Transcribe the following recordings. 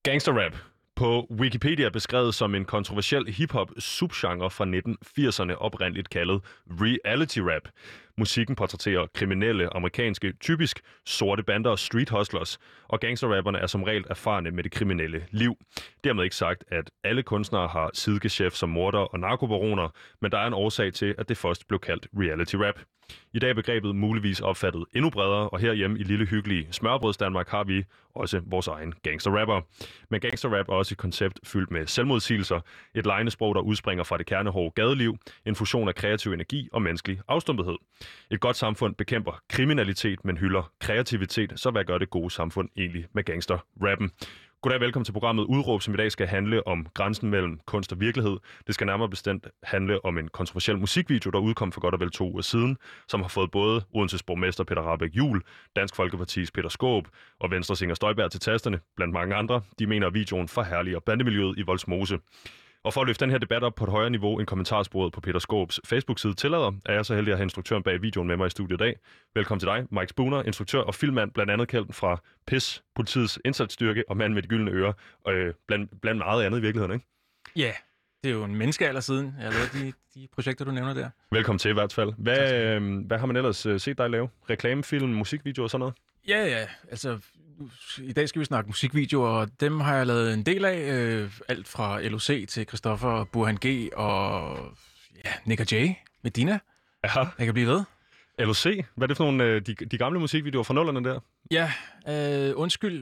Gangsterrap. På Wikipedia beskrevet som en kontroversiel hip-hop subgenre fra 1980'erne oprindeligt kaldet reality rap. Musikken portrætterer kriminelle amerikanske, typisk sorte bander og street hustlers, og gangsterrapperne er som regel erfarne med det kriminelle liv. Dermed ikke sagt, at alle kunstnere har sidegeschæft som morder og narkobaroner, men der er en årsag til, at det først blev kaldt reality rap. I dag er begrebet muligvis opfattet endnu bredere, og herhjemme i lille hyggelige Smørrebrøds Danmark har vi også vores egen gangsterrapper. Men gangsterrap er også et koncept fyldt med selvmodsigelser, et legendesprog, der udspringer fra det kernehårde gadeliv, en fusion af kreativ energi og menneskelig afstumpethed. Et godt samfund bekæmper kriminalitet, men hylder kreativitet, så hvad gør det gode samfund egentlig med gangsterrappen? Goddag, velkommen til programmet Udråb, som i dag skal handle om grænsen mellem kunst og virkelighed. Det skal nærmere bestemt handle om en kontroversiel musikvideo, der udkom for godt og vel 2 uger siden, som har fået både Odenses borgmester Peter Rahbæk Juhl, Dansk Folkepartis Peter Skaarup og Venstres Inger Støjberg til tasterne, blandt mange andre. De mener, at videoen forherliger bandemiljøet i Vollsmose. Og for at løfte den her debat op på et højere niveau, en kommentarsporet på Peter Skaarups Facebook-side tillader, er jeg så heldig at have instruktøren bag videoen med mig i studiet i dag. Velkommen til dig, Mike Spooner, instruktør og filmmand, blandt andet kendt fra PIS, politiets indsatsstyrke og mand med de gyldne ører, blandt meget andet i virkeligheden, ikke? Ja, det er jo en menneskealder siden, jeg har lavet de projekter, du nævner der. Velkommen til i hvert fald. Hvad har man ellers set dig lave? Reklamefilm, musikvideoer og sådan noget? Ja, altså i dag skal vi snakke musikvideoer, og dem har jeg lavet en del af. Alt fra LOC til Christoffer, Burhan G og Nick og Jay med Dina. Ja. Jeg kan blive ved. LOC? Hvad er det for nogle de gamle musikvideoer fra nullerne der? Ja, Undskyld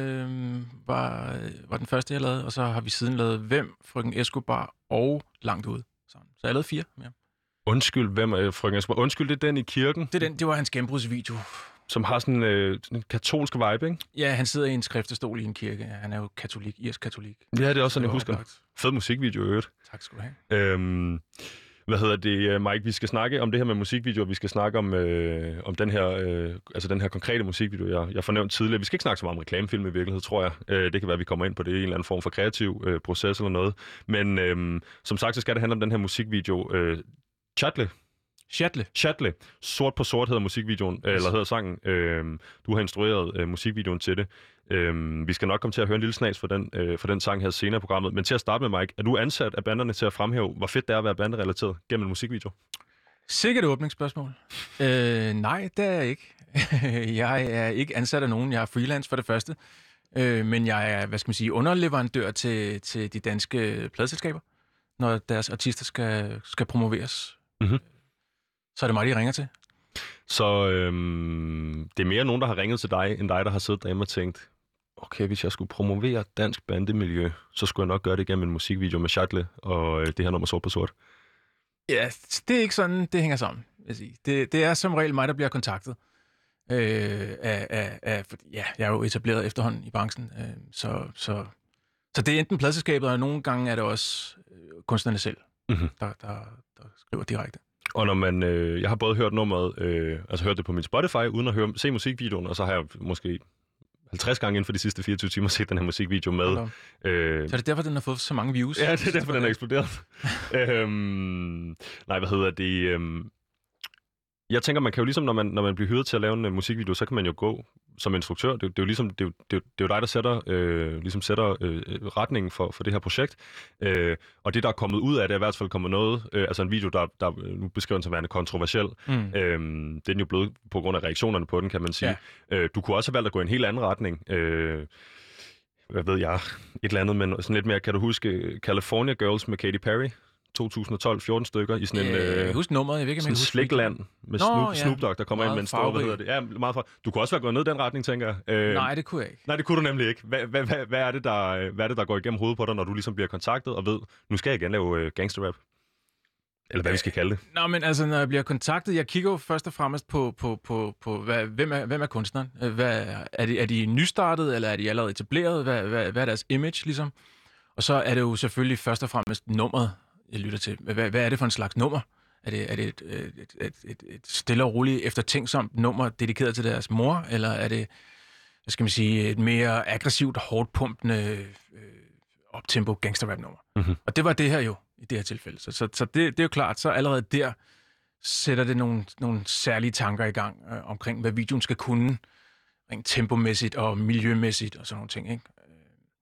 var den første, jeg lavede, og så har vi siden lavet Hvem, Frøken Escobar og Langt Ude. Så jeg lavede 4 mere. Undskyld, hvem er Frøken Escobar? Undskyld, det er den i kirken? Det var hans gennembrudsvideo. Som har sådan en katolsk vibe, ikke? Ja, han sidder i en skriftestol i en kirke. Han er jo katolik, irsk katolik. Ja, det er også sådan, jeg husker. Fed musikvideo i øvrigt. Tak skal du have. Hvad hedder det, Mike? Vi skal snakke om det her med musikvideoer. Vi skal snakke om den her konkrete musikvideo, jeg fornævnt tidligere. Vi skal ikke snakke så meget om reklamefilm i virkeligheden, tror jeg. Det kan være, at vi kommer ind på det i en eller anden form for kreativ proces eller noget. Men som sagt, så skal det handle om den her musikvideo. Chatle. Sort på sort hedder musikvideoen, eller hedder sangen. Du har instrueret musikvideoen til det. Vi skal nok komme til at høre en lille snas for den sang her senere i programmet. Men til at starte med, Mike, er du ansat af banderne til at fremhæve, hvor fedt det er at være banderelateret gennem en musikvideo? Sikkert åbningsspørgsmål. Nej, det er jeg ikke. Jeg er ikke ansat af nogen. Jeg er freelance for det første. Men jeg er, underleverandør til de danske pladeselskaber, når deres artister skal promoveres. Mm-hmm. Så er det mig, de ringer til. Så det er mere nogen, der har ringet til dig, end dig, der har siddet derhjemme og tænkt, okay, hvis jeg skulle promovere dansk bandemiljø, så skulle jeg nok gøre det gennem en musikvideo med Chatle og det her nummer Sort på Sort. Ja, det er ikke sådan, det hænger sammen, vil jeg sige. Det er som regel mig, der bliver kontaktet. Jeg er jo etableret efterhånden i branchen, så det er enten pladselskabet, og nogle gange er det også kunstnerne selv, der skriver direkte. Og når man, jeg har både hørt nummeret, hørt det på min Spotify, uden at se musikvideoen, og så har jeg måske 50 gange inden for de sidste 24 timer set den her musikvideo med. Så er det derfor, den har fået så mange views? Ja, det er derfor, den er eksploderet. Jeg tænker, man kan jo ligesom, når man bliver hyret til at lave en musikvideo, så kan man jo gå som instruktør. Det er jo ligesom, det er jo dig, der sætter retningen for det her projekt. Og det, der er kommet ud af det, er i hvert fald kommet noget, altså en video, der nu beskriver den som værende kontroversiel. Det er den jo blevet på grund af reaktionerne på den, kan man sige. Ja. Du kunne også have valgt at gå i en helt anden retning. Hvad ved jeg? Et eller andet, men sådan lidt mere, kan du huske California Girls med Katy Perry? 2012, 14 stykker i sådan en... Husk nummeret, jeg ved ikke, om jeg husker slikland med Snoop Dogg, der kommer ind med en stor... Hvad hedder det? Ja, meget fra. Du kunne også være gået ned i den retning, tænker jeg. Nej, det kunne jeg ikke. Nej, det kunne du nemlig ikke. Hvad er det, der går igennem hovedet på dig, når du ligesom bliver kontaktet og ved, nu skal jeg igen lave gangsterrap? Eller hvad vi skal kalde det. Nå, men altså, når jeg bliver kontaktet, jeg kigger jo først og fremmest på hvem er kunstneren? Er de nystartet, eller er de allerede etableret? Hvad er deres image, ligesom? Og så er det jo selvfølgelig først og fremmest nummeret, jeg lytter til. Hvad er det for en slags nummer? Er det et stille og roligt eftertænksomt nummer dedikeret til deres mor, eller er det, hvad skal man sige, et mere aggressivt, hårdt pumpende optempo gangsterrap-nummer? Mm-hmm. Og det var det her jo, i det her tilfælde. Så det er jo klart, så allerede der sætter det nogle særlige tanker i gang omkring, hvad videoen skal kunne, rent tempomæssigt og miljømæssigt og sådan nogle ting, ikke?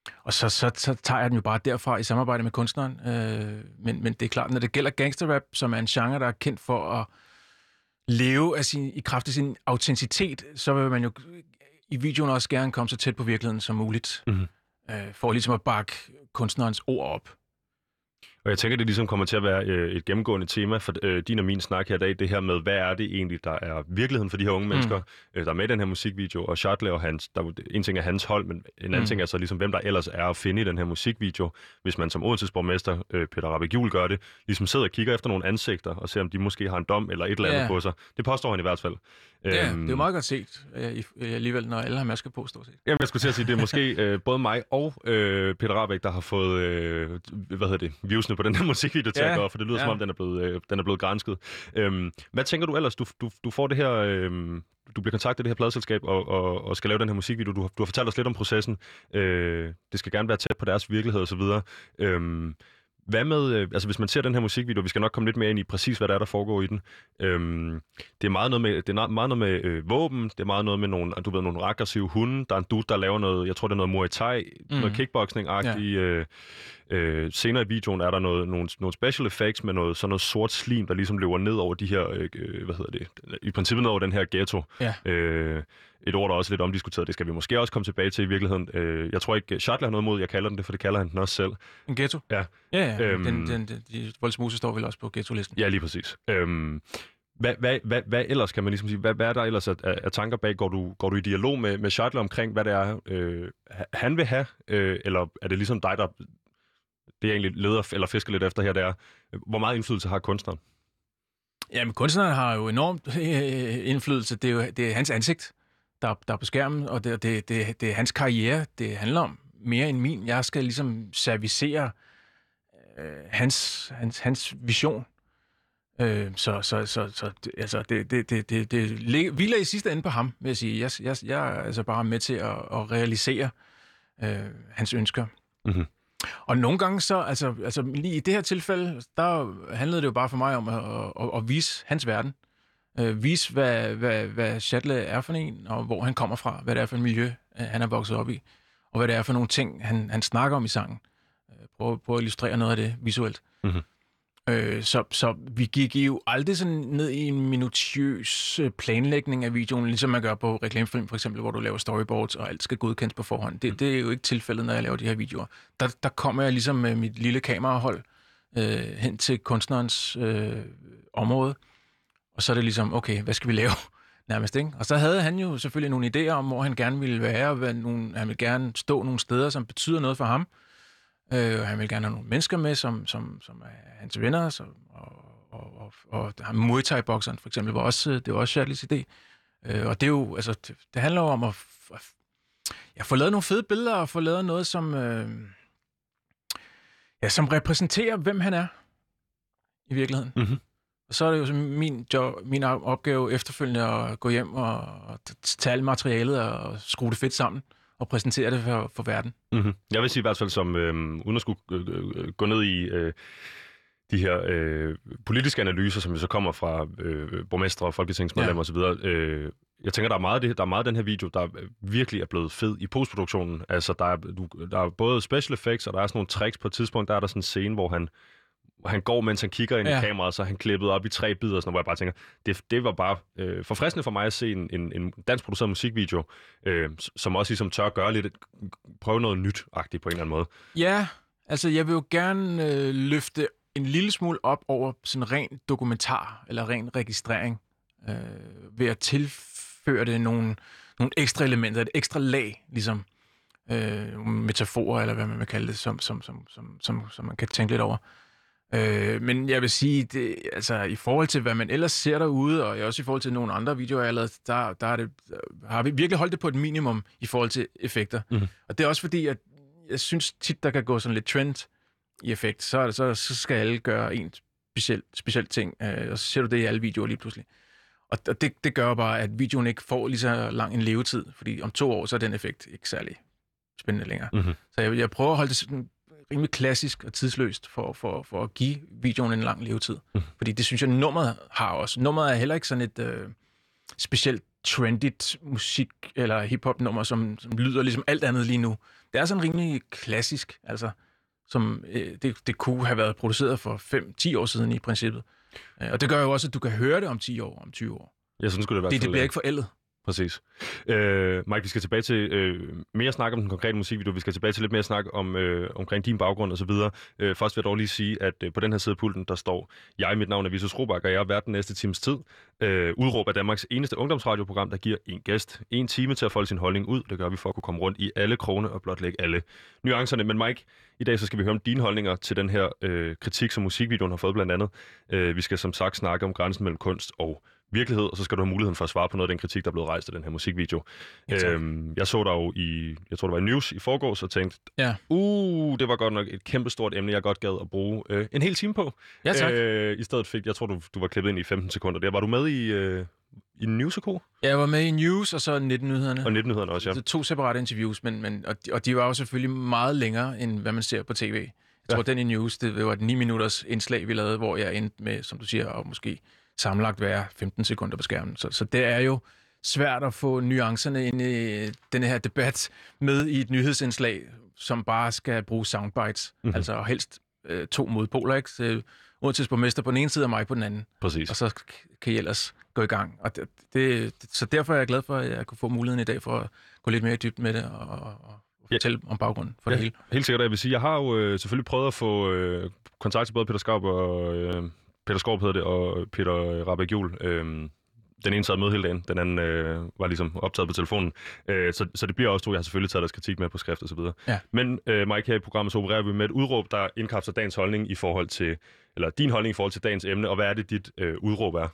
Og så tager jeg den jo bare derfra i samarbejde med kunstneren. Men det er klart, når det gælder gangsterrap, som er en genre, der er kendt for at leve i kraft af sin autenticitet, så vil man jo i videoen også gerne komme så tæt på virkeligheden som muligt. For ligesom at bakke kunstnerens ord op. Og jeg tænker, det ligesom kommer til at være et gennemgående tema for din og min snak her i dag, det her med, hvad er det egentlig, der er virkeligheden for de her unge mennesker, der er med i den her musikvideo, og Shadley og hans, en ting er hans hold, men en anden ting er så ligesom, hvem der ellers er at finde i den her musikvideo, hvis man som Odenses borgmester, Peter Rahbæk-Juel, gør det, ligesom sidder og kigger efter nogle ansigter, og ser, om de måske har en dom eller et eller andet på sig. Det påstår han i hvert fald. Ja, det er jo meget godt set alligevel, når alle har masker på, stort set. Jamen, jeg skulle til at sige, det er måske både mig og Peter Rahbæk, der har fået, viewsene på den her musikvideo til at gå, for det lyder som om, den er blevet gransket. Hvad tænker du ellers? Du får det her, du bliver kontaktet af det her pladeselskab og skal lave den her musikvideo. Du har fortalt os lidt om processen. Det skal gerne være tæt på deres virkelighed og så videre. Hvad med, altså hvis man ser den her musikvideo, vi skal nok komme lidt mere ind i præcis, hvad der foregår i den. Det er meget noget med våben, det er meget noget med nogle aggressive hunde. Der er en dude, der laver noget, jeg tror det er noget Muay Thai, noget kickboxing-agtigt. Senere i videoen er der nogle special effects med noget sort slim, der ligesom løber ned over de her, i princippet ned over den her ghetto. Ja. Et ord, der er også lidt omdiskuteret, det skal vi måske også komme tilbage til i virkeligheden. Jeg tror ikke, Shadley har noget mod, jeg kalder den det, for det kalder han den også selv. En ghetto? Ja. De Vollsmose står vel også på ghetto-listen. Ja, lige præcis. Hvad ellers kan man ligesom sige? Hvad er der ellers af tanker bag? Går du i dialog med Shadley omkring, hvad det er, han vil have? Eller er det ligesom dig, der det er egentlig leder eller fisker lidt efter her, det er, hvor meget indflydelse har kunstneren? Jamen, kunstneren har jo enormt indflydelse. Det er hans ansigt, der er på skærmen, og det er hans karriere, det handler om. Mere end min. Jeg skal ligesom servicere hans vision. Så det hviler i sidste ende på ham, vil jeg sige. Jeg er altså bare med til at realisere hans ønsker. Mm-hmm. Og nogle gange så, altså lige i det her tilfælde, der handlede det jo bare for mig om at vise hans verden. Vise, hvad Shadley er for en, og hvor han kommer fra, hvad det er for et miljø, han er vokset op i, og hvad det er for nogle ting, han snakker om i sangen. Prøv at illustrere noget af det visuelt. Mm-hmm. Så vi gik jo aldrig sådan ned i en minutiøs planlægning af videoen, ligesom man gør på reklamefilm for eksempel, hvor du laver storyboards, og alt skal godkendes på forhånd. Det er jo ikke tilfældet, når jeg laver de her videoer. Der kommer jeg ligesom med mit lille kamerahold hen til kunstnerens område, og så er det ligesom, okay, hvad skal vi lave? Nærmest, ikke? Og så havde han jo selvfølgelig nogle idéer om, hvor han gerne ville være, og han ville gerne stå nogle steder, som betyder noget for ham. Han vil gerne have nogle mennesker med, som er hans venner, og Muay Thai-bokseren for eksempel, det var også Shadleys idé. Og det er jo, altså, det handler jo om at få lavet nogle fede billeder, og få lavet noget, som repræsenterer, hvem han er i virkeligheden. Mm-hmm. Og så er det jo min opgave efterfølgende at gå hjem og tage alt materialet og skrue det fedt sammen og præsentere det for verden. Mm-hmm. Jeg vil sige i hvert fald, som uden at skulle gå ned i de her politiske analyser, som jo så kommer fra borgmestre og folketingsmedlemmer osv., jeg tænker, der er meget af den her video, der virkelig er blevet fed i postproduktionen. Altså, der er både special effects, og der er sådan nogle tricks på et tidspunkt. Der er der sådan en scene, hvor han går, mens han kigger ind i kameraet, så er han klippet op i 3 bidder, sådan, hvor jeg bare tænker, det var bare forfriskende for mig at se en dansk produceret musikvideo, som også ligesom tør gøre prøve noget nyt-agtigt på en eller anden måde. Ja, altså jeg vil jo gerne løfte en lille smule op over sådan ren dokumentar, eller ren registrering, ved at tilføre det nogle ekstra elementer, et ekstra lag, ligesom metaforer, eller hvad man vil kalde det, som man kan tænke lidt over. Men jeg vil sige, altså i forhold til, hvad man ellers ser derude, og også i forhold til nogle andre videoer, jeg har lavet, har vi virkelig holdt det på et minimum i forhold til effekter. Mm-hmm. Og det er også fordi, at jeg synes tit, der kan gå sådan lidt trend i effekt. Så skal alle gøre en speciel ting, og så ser du det i alle videoer lige pludselig. Og det gør bare, at videoen ikke får lige så lang en levetid, fordi om 2 år, så er den effekt ikke særlig spændende længere. Mm-hmm. Så jeg prøver at holde det sådan rimelig klassisk og tidsløst for at give videoen en lang levetid. Mm. Fordi det synes jeg, nummeret har også. Nummeret er heller ikke sådan et specielt trendigt musik eller hiphop-nummer, som lyder ligesom alt andet lige nu. Det er sådan rimelig klassisk, altså, som det kunne have været produceret for 5-10 år siden i princippet. Og det gør jo også, at du kan høre det om 10 år, om 20 år. Ja, sådan skulle det være. Det bliver ikke forældet. Præcis. Mike, vi skal tilbage til mere snak om den konkrete musikvideo. Vi skal tilbage til lidt mere snak omkring din baggrund og så videre. Først vil jeg dog lige sige, at på den her side af pulten, der står mit navn er Vitus Robak, og jeg er vært den næste times tid. Udråb af Danmarks eneste ungdomsradioprogram, der giver en gæst 1 time til at folde sin holdning ud. Det gør vi for at kunne komme rundt i alle krone og blotlægge alle nuancerne. Men Mike, i dag så skal vi høre om dine holdninger til den her kritik, som musikvideoen har fået blandt andet. Vi skal som sagt snakke om grænsen mellem kunst og virkelighed, og så skal du have muligheden for at svare på noget af den kritik, der er blevet rejst af den her musikvideo. Jeg så dig jo jeg tror det var i News i forgårs, og tænkte, det var godt nok et kæmpestort emne, jeg godt gad at bruge en hel time på. Ja, tak. I stedet jeg tror du var klippet ind i 15 sekunder. Der var du med i News & Co? Ja, jeg var med i News, og så 19-nyhederne. Og 19-nyhederne også, ja. Det er 2 separate interviews, og de var jo selvfølgelig meget længere, end hvad man ser på tv. Jeg tror, den i News, det var et 9 minutters indslag, vi lavede, hvor jeg endte med, som du siger, og måske sammenlagt være 15 sekunder på skærmen. Så det er jo svært at få nuancerne ind i denne her debat med i et nyhedsindslag, som bare skal bruge soundbites. Mm-hmm. Altså helst 2 modpoler, ikke? Odenses borgmester på den ene side og mig på den anden. Præcis. Og så kan I ellers gå i gang. Og så derfor er jeg glad for, at jeg kunne få muligheden i dag for at gå lidt mere i dybden med det og fortælle om baggrunden for det hele. Helt sikkert. Jeg vil sige, jeg har jo selvfølgelig prøvet at få kontakt til både Peter Skaup og Peter Skaup hedder det, og Peter Rahbek Juhl. Den ene sad med hele dagen, den anden var ligesom optaget på telefonen. Så det bliver også 2. Jeg har selvfølgelig taget deres kritik med på skrift og så videre. Ja. Men Mike, her i programmet så opererer vi med et udråb, der indkapsler dagens holdning i forhold til, eller din holdning i forhold til dagens emne, og hvad er det, dit udråb er?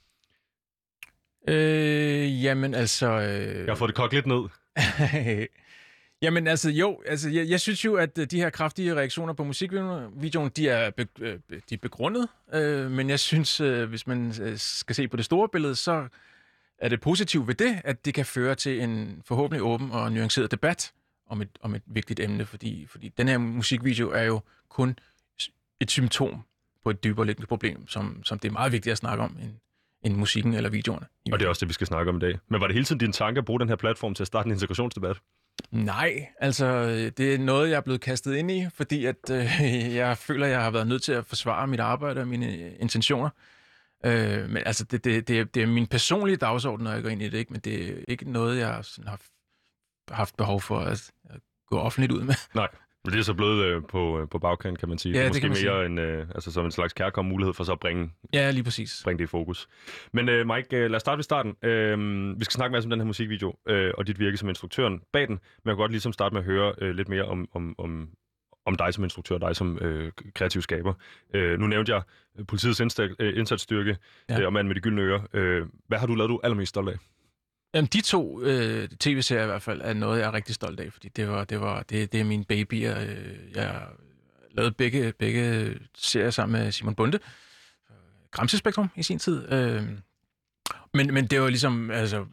Jamen altså... Jeg har fået det kogt lidt ned. Jamen altså jo, jeg synes jo, at de her kraftige reaktioner på musikvideoen, de er begrundet, men jeg synes, hvis man skal se på det store billede, så er det positivt ved det, at det kan føre til en forhåbentlig åben og nuanceret debat om et vigtigt emne, fordi den her musikvideo er jo kun et symptom på et dybere liggende problem, som det er meget vigtigt at snakke om end musikken eller videoerne. Og det er også det, vi skal snakke om i dag. Men var det hele tiden din tanke at bruge den her platform til at starte en integrationsdebat? Nej, altså det er noget, jeg er blevet kastet ind i, fordi at jeg føler, at jeg har været nødt til at forsvare mit arbejde og mine intentioner. Men altså, det er min personlige dagsorden, når jeg går ind i det, ikke? Men det er ikke noget, jeg sådan har haft behov for at gå offentligt ud med. Nej. Men det er så blevet på bagkant, kan man sige. Ja, det måske det mere altså som en slags kærkommen mulighed for så at bringe lige præcis. Bringe det i fokus. Men Mike, lad os starte ved starten. Vi skal snakke mere om den her musikvideo og dit virke som instruktøren bag den. Men jeg kunne godt ligesom starte med at høre lidt mere om dig som instruktør, dig som kreativ skaber. Nu nævnte jeg politiets indsatsstyrke og manden med de gyldne ører. Hvad har du lavet, du allermest stolt af? Jamen, de 2 tv-serier i hvert fald er noget, jeg er rigtig stolt af, fordi det er min baby, og jeg lavede begge serier sammen med Simon Bonde, Gramsespektrum i sin tid. Men det var ligesom, altså,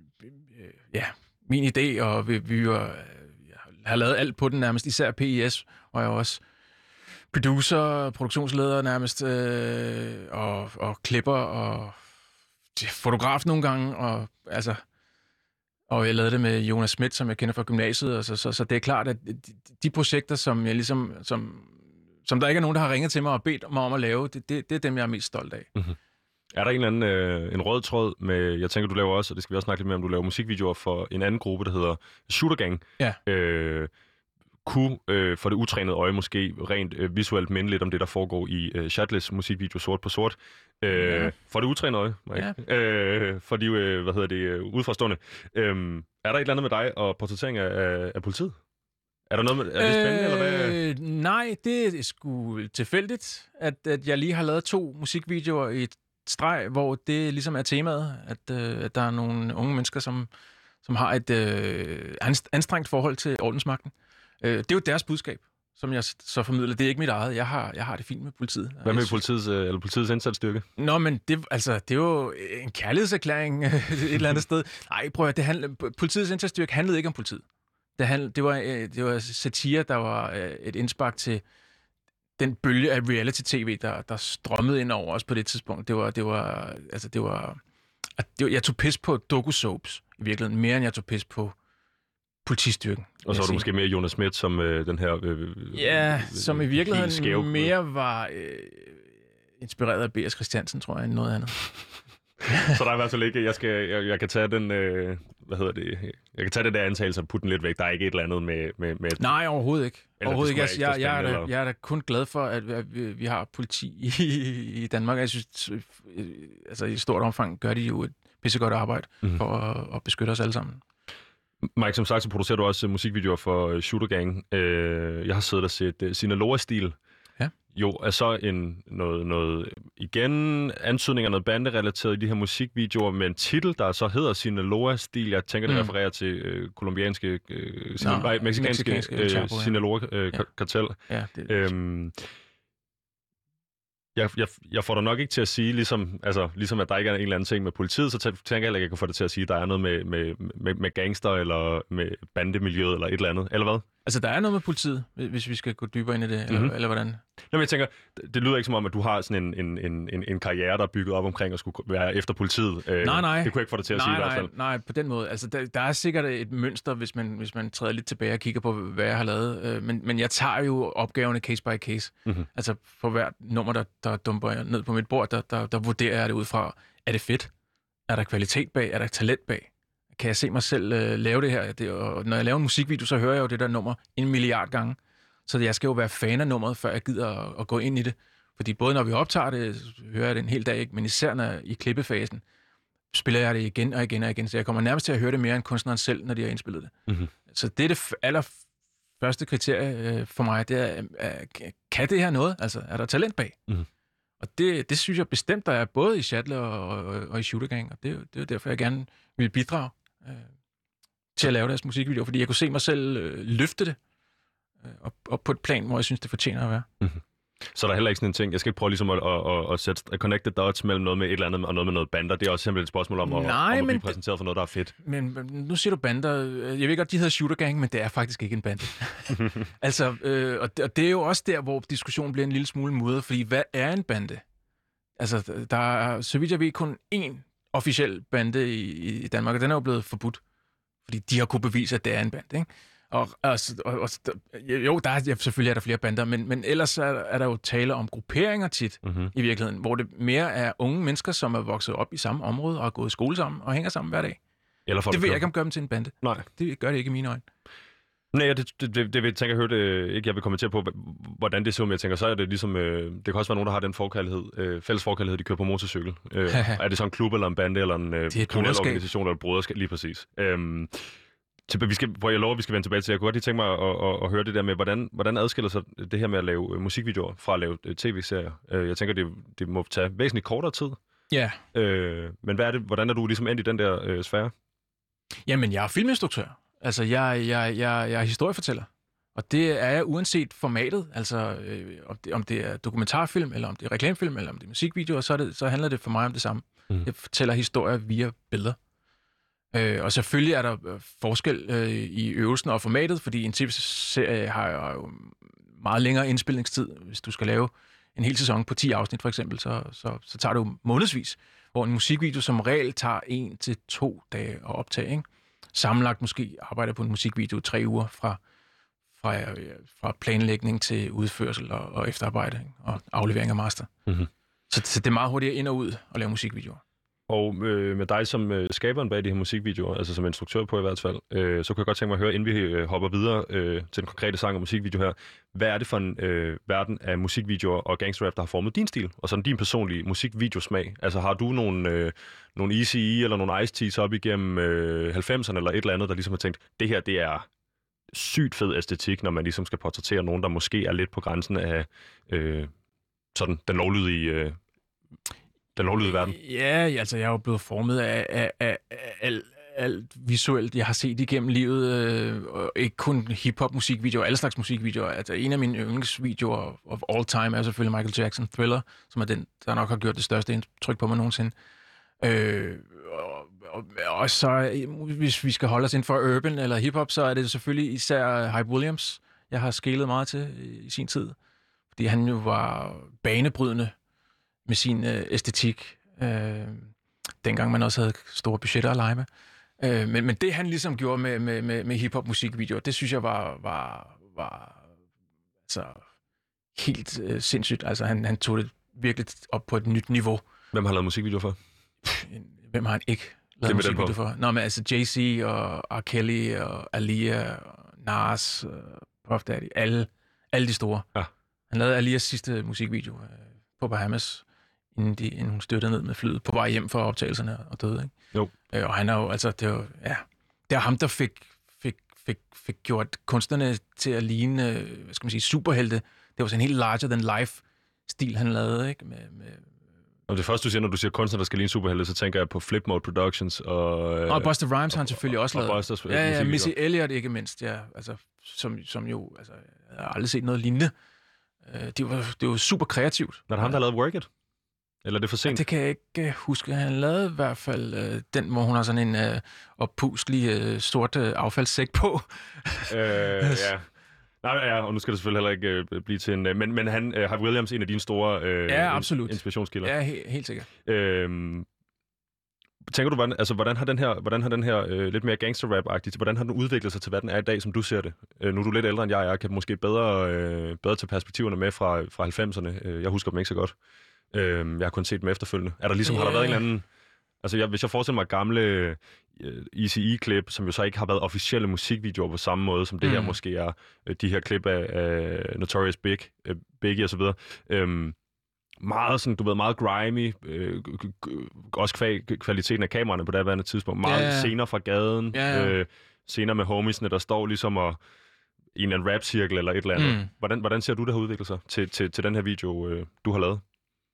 min idé, og vi har lavet alt på den nærmest, især PIS, og jeg var også producer, produktionsleder nærmest, og klipper, og fotograf nogle gange, og jeg lavede det med Jonas Schmidt, som jeg kender fra gymnasiet, og så det er klart, at de projekter, som jeg ligesom, som der ikke er nogen, der har ringet til mig og bedt mig om at lave, det er dem, jeg er mest stolt af. Mm-hmm. Er der en eller anden en rød tråd med, jeg tænker, du laver også, og det skal vi også snakke lidt mere om, du laver musikvideoer for en anden gruppe, der hedder Shooter Gang. Ja. Kunne for det utrænede øje måske rent visuelt minde lidt om det, der foregår i Shatless musikvideo Sort på Sort. For det utrænede øje, Mike. Ja. For de, udefrastående. Er der et eller andet med dig og portrættering af politiet? Er der noget med, er det spændende, eller hvad? Nej, det er sgu tilfældigt, at jeg lige har lavet 2 musikvideoer i et streg, hvor det ligesom er temaet, at der er nogle unge mennesker, som har et anstrengt forhold til ordensmagten. Det er jo deres budskab, som jeg så formidler. Det er ikke mit eget. Jeg har det fint med politiet. Hvad med politiets indsatsstyrke? Nå, men det er jo en kærlighedserklæring et eller andet sted. Nej, prøv at politiets indsatsstyrke handlede ikke om politiet. Det var satire, der var et indspark til den bølge af reality-tv, der strømmede ind over os på det tidspunkt. Det var Jeg tog pis på doku-soaps, i virkeligheden, mere end jeg tog pis på politistyrken. Og så var du måske mere Jonas Schmidt som den her... som i virkeligheden mere var inspireret af B.S. Christiansen, tror jeg, end noget andet. Så der er i hvert fald ikke... Jeg kan tage den... Jeg kan tage det der antagelse og putte den lidt væk. Der er ikke et eller andet med Nej, overhovedet ikke. Overhovedet ikke. Jeg er da kun glad for, at vi har politi i Danmark. Jeg synes, altså i stort omfang gør de jo et pissegodt arbejde for at beskytte os alle sammen. Mike, som sagt, så producerer du også musikvideoer for Shooter Gang. Jeg har siddet og set Sinaloa-stil. Ja. Jo, er så noget igen antydning af noget banderelateret i de her musikvideoer med en titel, der så hedder Sinaloa-stil. Jeg tænker, det refererer til kolumbianske, mexikanske Sinaloa-kartel. Ja, Jeg får dig nok ikke til at sige, ligesom at der ikke er en eller anden ting med politiet, så tænker jeg, at jeg kan få dig til at sige, at der er noget med gangster eller med bandemiljøet eller et eller andet, eller hvad? Altså, der er noget med politiet, hvis vi skal gå dybere ind i det, eller hvordan? Nå, men jeg tænker, det lyder ikke som om, at du har sådan en karriere, der er bygget op omkring at skulle være efter politiet. Nej. Det kunne jeg ikke få dig til at sige i hvert fald. Nej, på den måde. Altså, der er sikkert et mønster, hvis man træder lidt tilbage og kigger på, hvad jeg har lavet. Men jeg tager jo opgaverne case by case. Altså, for hvert nummer, der dumper jeg ned på mit bord, der vurderer jeg det ud fra, er det fedt? Er der kvalitet bag? Er der talent bag? Kan jeg se mig selv lave det her? Og når jeg laver en musikvideo, så hører jeg jo det der nummer 1 milliard gange. Så jeg skal jo være fan af nummeret, før jeg gider at gå ind i det. Fordi både når vi optager det, hører jeg det en hel dag, ikke? Men især når i klippefasen, spiller jeg det igen og igen og igen. Så jeg kommer nærmest til at høre det mere end kunstneren selv, når de har indspillet det. Så det er det allerførste kriterie for mig, det er, kan det her noget? Altså, er der talent bag? Og det synes jeg bestemt, der er både i Shattle og i Shooter Gang, og det er derfor, jeg gerne vil bidrage til at lave deres musikvideo, fordi jeg kunne se mig selv løfte det op på et plan, hvor jeg synes, det fortjener at være. Så der er heller ikke sådan en ting, jeg skal ikke prøve ligesom at connect the dots mellem noget med et eller andet og noget med noget bander. Det er også simpelthen et spørgsmål om at blive præsenteret for noget, der er fedt. Men nu siger du bander. Jeg ved godt, de hedder Shooter Gang, men det er faktisk ikke en bande. Altså, og det er jo også der, hvor diskussionen bliver en lille smule mudret, fordi hvad er en bande? Altså, der er, så vidt jeg ved, kun én officiel bande i Danmark, og den er jo blevet forbudt, fordi de har kunnet bevise, at det er en bande, ikke? Selvfølgelig er der flere bander, men ellers er der jo tale om grupperinger tit i virkeligheden, hvor det mere er unge mennesker, som er vokset op i samme område og har gået i skole sammen og hænger sammen hver dag. Det vil jeg ikke om gøre dem til en bande. Nej. Det gør det ikke i mine øjne. Nej, det vil jeg tænke, jeg hørte ikke. Jeg vil kommentere på, hvordan det ser ud, jeg tænker, så er det ligesom, det kan også være nogen, der har den forkærlighed, fælles forkærlighed, de kører på motorcykel. Er det så en klub eller en bande eller en kriminel organisation eller et broderskab? Lige præcis. Jeg lover, vi skal vende tilbage til. Jeg kunne godt lige tænke mig at høre det der med, hvordan adskiller sig det her med at lave musikvideoer fra at lave tv-serier? Jeg tænker, det må tage væsentligt kortere tid. Ja. Men hvordan er du ligesom endt i den der sfære? Jamen, jeg er filminstruktør. Altså, jeg er historiefortæller. Og det er jeg uanset formatet. Altså, om det er dokumentarfilm, eller om det er reklamefilm, eller om det er musikvideoer, så handler det for mig om det samme. Jeg fortæller historier via billeder. Og selvfølgelig er der forskel i øvelsen og formatet, fordi en tv-serie har jo meget længere indspilningstid. Hvis du skal lave en hel sæson på 10 afsnit for eksempel, så tager det jo månedsvis, hvor en musikvideo som regel tager 1 til 2 dage at optage. Ikke? Sammenlagt måske arbejder på en musikvideo 3 uger fra planlægning til udførsel og efterarbejde, ikke? Og aflevering af master. Så det er meget hurtigt ind og ud at lave musikvideoer. Og med dig som skaberen bag de her musikvideoer, altså som instruktør på i hvert fald, så kunne jeg godt tænke mig at høre, inden vi hopper videre til den konkrete sang og musikvideo her, hvad er det for en verden af musikvideoer og gangsterrap, der har formet din stil, og sådan din personlige musikvideosmag? Altså har du nogle Eazy-E eller nogle Ice-T's op igennem 90'erne eller et eller andet, der ligesom har tænkt, det her, det er sygt fed æstetik, når man ligesom skal portrættere nogen, der måske er lidt på grænsen af sådan den lovlydige verden? Ja, altså jeg er jo blevet formet af alt visuelt, jeg har set igennem livet, og ikke kun hip-hop musikvideoer, alle slags musikvideoer. Altså en af mine yndlingsvideoer of all time er selvfølgelig Michael Jackson Thriller, som er den, der nok har gjort det største indtryk på mig nogensinde. Og så, hvis vi skal holde os inden for urban eller hip-hop, så er det selvfølgelig især Hype Williams, jeg har skelet meget til i sin tid. Fordi han jo var banebrydende med sin æstetik. dengang man også havde store budgetter at lege med. Men det, han ligesom gjorde med hiphop-musikvideoer, det synes jeg var altså, helt sindssygt. Altså, han tog det virkelig op på et nyt niveau. Hvem har lavet musikvideoer for? Hvem har han ikke lavet musikvideoer for? Nå, men altså Jay-Z og R. Kelly og Aaliyah og Nas, Puff Daddy, alle de store. Ja. Han lavede Aliyahs sidste musikvideo på Bahamas, inden hun styrtede ned med flyet på vej hjem fra optagelserne og døde, ikke? Jo. Og han er jo, altså, det er ham, der fik gjort kunstnerne til at ligne, hvad skal man sige, superhelte. Det var sådan en helt larger-than-life-stil, han lavede, ikke? Og det første, du siger, når du siger kunstner, der skal ligne superhelte, så tænker jeg på Flip Mode Productions og Busta Rhymes har han selvfølgelig også lavet. Busters, ja, Missy Elliott ikke mindst, ja. Altså, som jo, altså, jeg har aldrig set noget lignende. Det var super kreativt. Når det ham, der har lavet Work It? Eller er det for sent? Ja, det kan jeg ikke huske. Han lavede i hvert fald den, hvor hun har sådan en oppuslig sort affaldssæk på. Ja. Nej, ja, og nu skal det selvfølgelig heller ikke blive til en... Men han har Williams en af dine store inspirationskilder. Ja, helt sikkert. Tænker du, hvordan har den her lidt mere gangster-rap-agtigt, hvordan har den udviklet sig til, hvad den er i dag, som du ser det? Nu er du lidt ældre end jeg kan måske bedre tage perspektiverne med fra 90'erne. Jeg husker dem ikke så godt. Jeg har kun set dem efterfølgende. Har der været en eller anden... Altså, hvis jeg forestiller mig gamle ECE-klip, som jo så ikke har været officielle musikvideoer på samme måde, som det her måske er, de her klip af Notorious Biggie og så videre. Meget sådan, du ved, meget grimy, også kvaliteten af kameraerne på det her tidspunkt. Meget scener fra gaden, scener med homiesne, der står ligesom i en eller anden rap-cirkel eller et eller andet. Hvordan ser du, det har udviklet sig til den her video, du har lavet?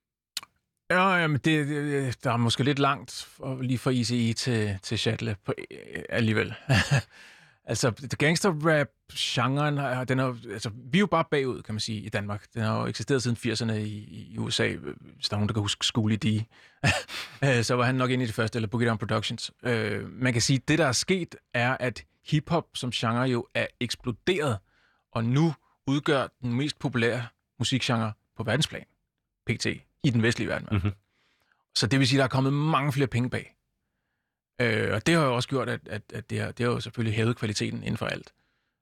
Ja, men der er måske lidt langt lige fra ICI til Shuttle alligevel. Altså, gangster-rap-genren, vi er jo bare bagud, kan man sige, i Danmark. Den har jo eksisteret siden 80'erne i USA. Hvis der er nogen, der kan huske Schoolie D, så var han nok inde i det første, eller Boogie Down Productions. Man kan sige, at det, der er sket, er, at hiphop som genre jo er eksploderet, og nu udgør den mest populære musikgenre på verdensplan, pt., i den vestlige verden. Mm-hmm. Så det vil sige, at der er kommet mange flere penge bag. Og det har jo også gjort, at det har jo selvfølgelig hævet kvaliteten inden for alt.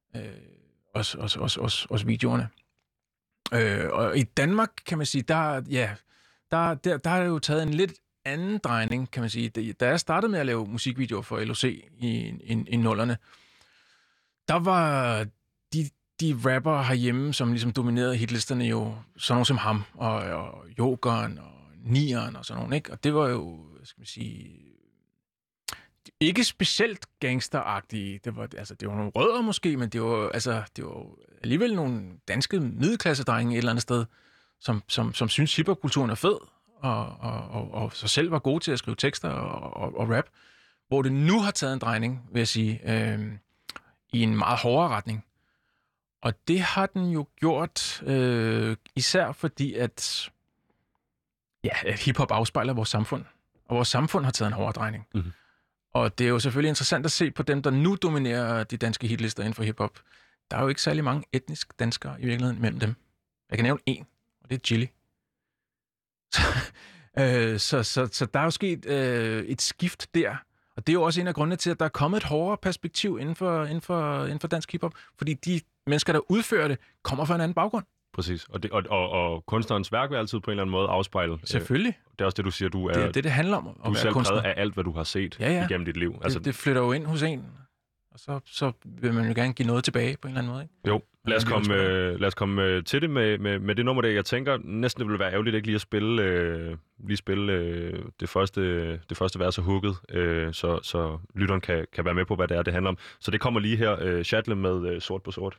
Også videoerne. Og i Danmark, kan man sige, der har det jo taget en lidt anden drejning, kan man sige. Da jeg startede med at lave musikvideoer for LOC i nullerne, der var de rapper herhjemme, som ligesom dominerede hitlisterne, jo sådan nogle som ham, og Jokeren, og Nieren, og sådan nogle, ikke? Og det var jo, hvad skal man sige, ikke specielt gangsteragtige. Det var nogle rødder måske, men det var alligevel nogle danske middelklassedrenge et eller andet sted, som synes hiphop-kulturen er fed, og så selv var gode til at skrive tekster og rap. Hvor det nu har taget en drejning, vil jeg sige, i en meget hårdere retning. Og det har den jo gjort, især fordi, at hiphop afspejler vores samfund. Og vores samfund har taget en hårdere drejning. Mm-hmm. Og det er jo selvfølgelig interessant at se på dem, der nu dominerer de danske hitlister inden for hiphop. Der er jo ikke særlig mange etnisk danskere i virkeligheden mellem dem. Jeg kan nævne en, og det er Chili. Så der er jo sket et skift der. Og det er jo også en af grundene til, at der er kommet et hårdere perspektiv inden for dansk hiphop. Fordi de mennesker, der udfører det, kommer fra en anden baggrund. Præcis. Og kunstnerens værk vil altid på en eller anden måde afspejle. Selvfølgelig. Det er også det, du siger, du er... Det handler om du er selv præget af alt, hvad du har set igennem dit liv. Altså, det flytter jo ind hos en, og så vil man jo gerne give noget tilbage på en eller anden måde, ikke? Jo, lad os komme til det med det nummer der. Jeg tænker næsten, det ville være ærgerligt ikke lige at spille det første vers af hooket, så lytteren kan være med på, hvad det er, det handler om. Så det kommer lige her, Shuttle med Sort på Sort.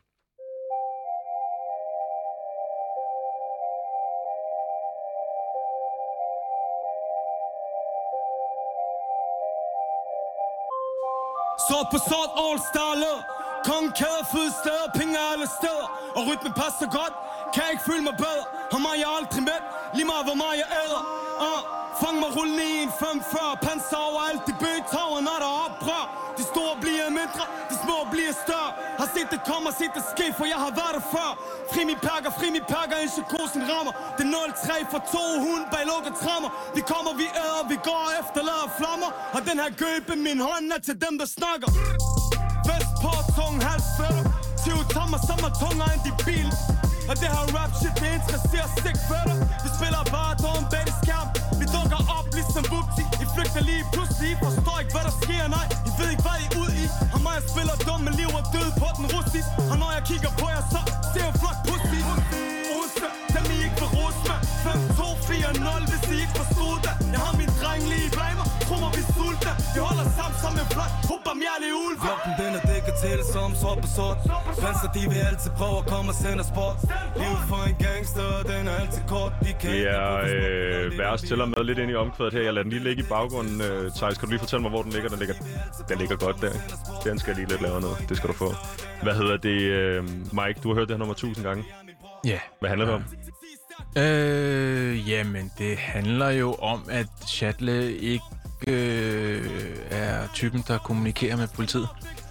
Sort på sort, all starler. Kongekæder, fede steder, penge alle steder. Og rytmen passer godt, kan jeg ikke føle mig bedre. Har mig jeg aldrig med, lige meget hvor meget jeg æder. Fang mig rullende i en 540. Panser over alt de bøgetager, når der er oprør. De store bliver mindre, de små bliver større. Har set det kom og se det ske, for jeg har været der før. Fri min pakker, en psykosen rammer. Det er 0-3 for 2 hunde bag lukket trammer. Vi kommer, vi æder, vi går efter lader flammer. Og den her gøbe, min hånd er til dem, der snakker. Vest på, tung, halsfælder. 20 tommer, som er tungere end de bil. Og det her rap shit, det interesserer sig fætter. Vi spiller bare dårn bag det skærm. Vi dukker op ligesom Vupti. I flygter lige pludselig. I forstår ikke, hvad der sker, nej. I ved ikke, hvad I er ude i. Og mig, jeg spiller dum med liv og død på den russisk. Og når jeg kigger på jer, så ser jeg flot pussy. Oste, dem I ikke vil rose med. 5-2-4-0, hvis I ikke forstod det. Jeg har min dreng lige bag mig. Tro mig, vi sulter. Vi holder sammen som en flot hubbermjærlig ulv. Flokken, den er dækket til det som sort på sort. Panser, de vil altid prøve at komme og sende os bort. Livet for en gangster, den er altid kort. Vers tæller med lidt ind i omkvædet her. Jeg lader den lige ligge i baggrunden. Thijs, kan du lige fortælle mig, hvor den ligger? Den ligger godt der. Den skal jeg lige lidt lave noget. Det skal du få. Hvad hedder det? Mike, du har hørt det her nummer 1000 gange. Ja. Yeah. Hvad handler det om? Jamen, det handler jo om, at Shatle ikke er typen, der kommunikerer med politiet.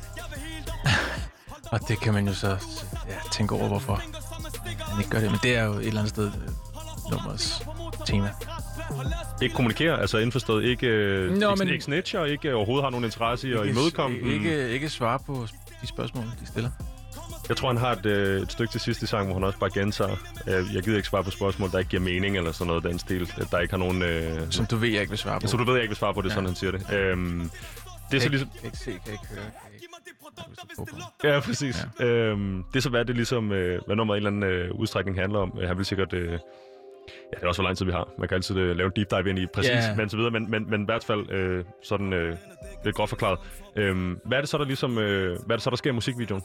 Og det kan man jo så tænke over, hvorfor han ikke gør det. Men det er jo et eller andet sted nummers tema. Ikke kommunikere, altså indforstået, ikke snitcher, ikke overhovedet har nogen interesse i at imødekomme. Ikke svare på de spørgsmål, de stiller. Jeg tror, han har et stykke til sidst i sangen, hvor han også bare gentager. Jeg gider ikke svare på spørgsmål, der ikke giver mening, eller sådan noget den stil. Der ikke har nogen... Som du ved, jeg ikke vil svare på. Så du ved, jeg ikke vil svare på det, sådan han siger det. Det er så ligesom... Kan ikke se, kan ikke høre, Ja, præcis. Ja. Det er så, hvad det ligesom... hvad nummer en eller anden udstrækning handler om. Han vil sikkert... det er også, hvor lang tid vi har. Man kan altid lave en deep dive ind i præcis, men så videre. Men i hvert fald sådan lidt groft forklaret. Hvad er det så, der ligesom... hvad er det så, der sker i musikvideoen?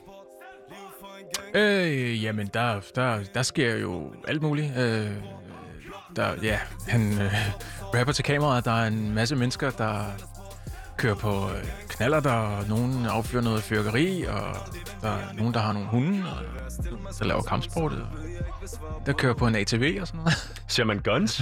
Jamen, der sker jo alt muligt. Han rapper til kameraet. Der er en masse mennesker, der kører på knaller, der nogen affyrer noget fyrkeri, og der er nogen, der har nogle hunde, og der laver kampsport, der kører på en ATV og sådan noget. Ser man guns?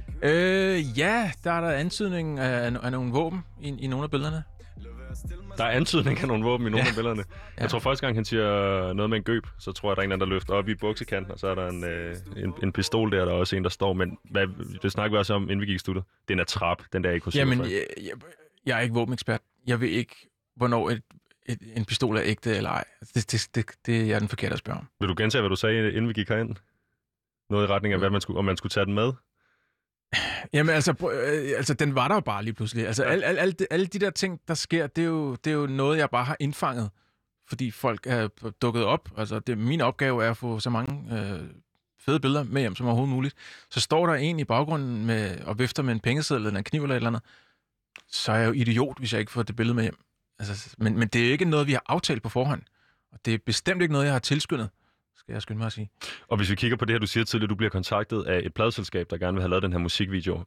Ja, der er der antydning af nogle våben i nogle af billederne. Der er antydning af nogle våben i nogle af billederne. Jeg tror, første gang han siger noget med en gøb, så tror jeg, der er en anden, der løfter op i buksekanten, og så er der en pistol der er også en, der står. Men det snakker vi også om, inden vi gik i studiet. Den er trap, den der ikke kunne se. Jamen, jeg er ikke våbenekspert. Jeg ved ikke, hvornår en pistol er ægte eller ej. Det er den forkerte at spørge om. Vil du gentage, hvad du sagde, inden vi gik herind? Noget i retning af, om man skulle tage den med? Jamen altså, den var der jo bare lige pludselig. Altså, alle de der ting, der sker, det er jo noget, jeg bare har indfanget, fordi folk er dukket op. Altså, min opgave er at få så mange fede billeder med hjem som overhovedet muligt. Så står der en i baggrunden og vifter med en pengeseddel eller en kniv eller et eller andet, så er jeg jo idiot, hvis jeg ikke får det billede med hjem. Altså, men det er ikke noget, vi har aftalt på forhånd. Og det er bestemt ikke noget, jeg har tilskyndet, skal jeg skynde mig at sige. Og hvis vi kigger på det her, du siger tidligere, du bliver kontaktet af et pladeselskab, der gerne vil have lavet den her musikvideo.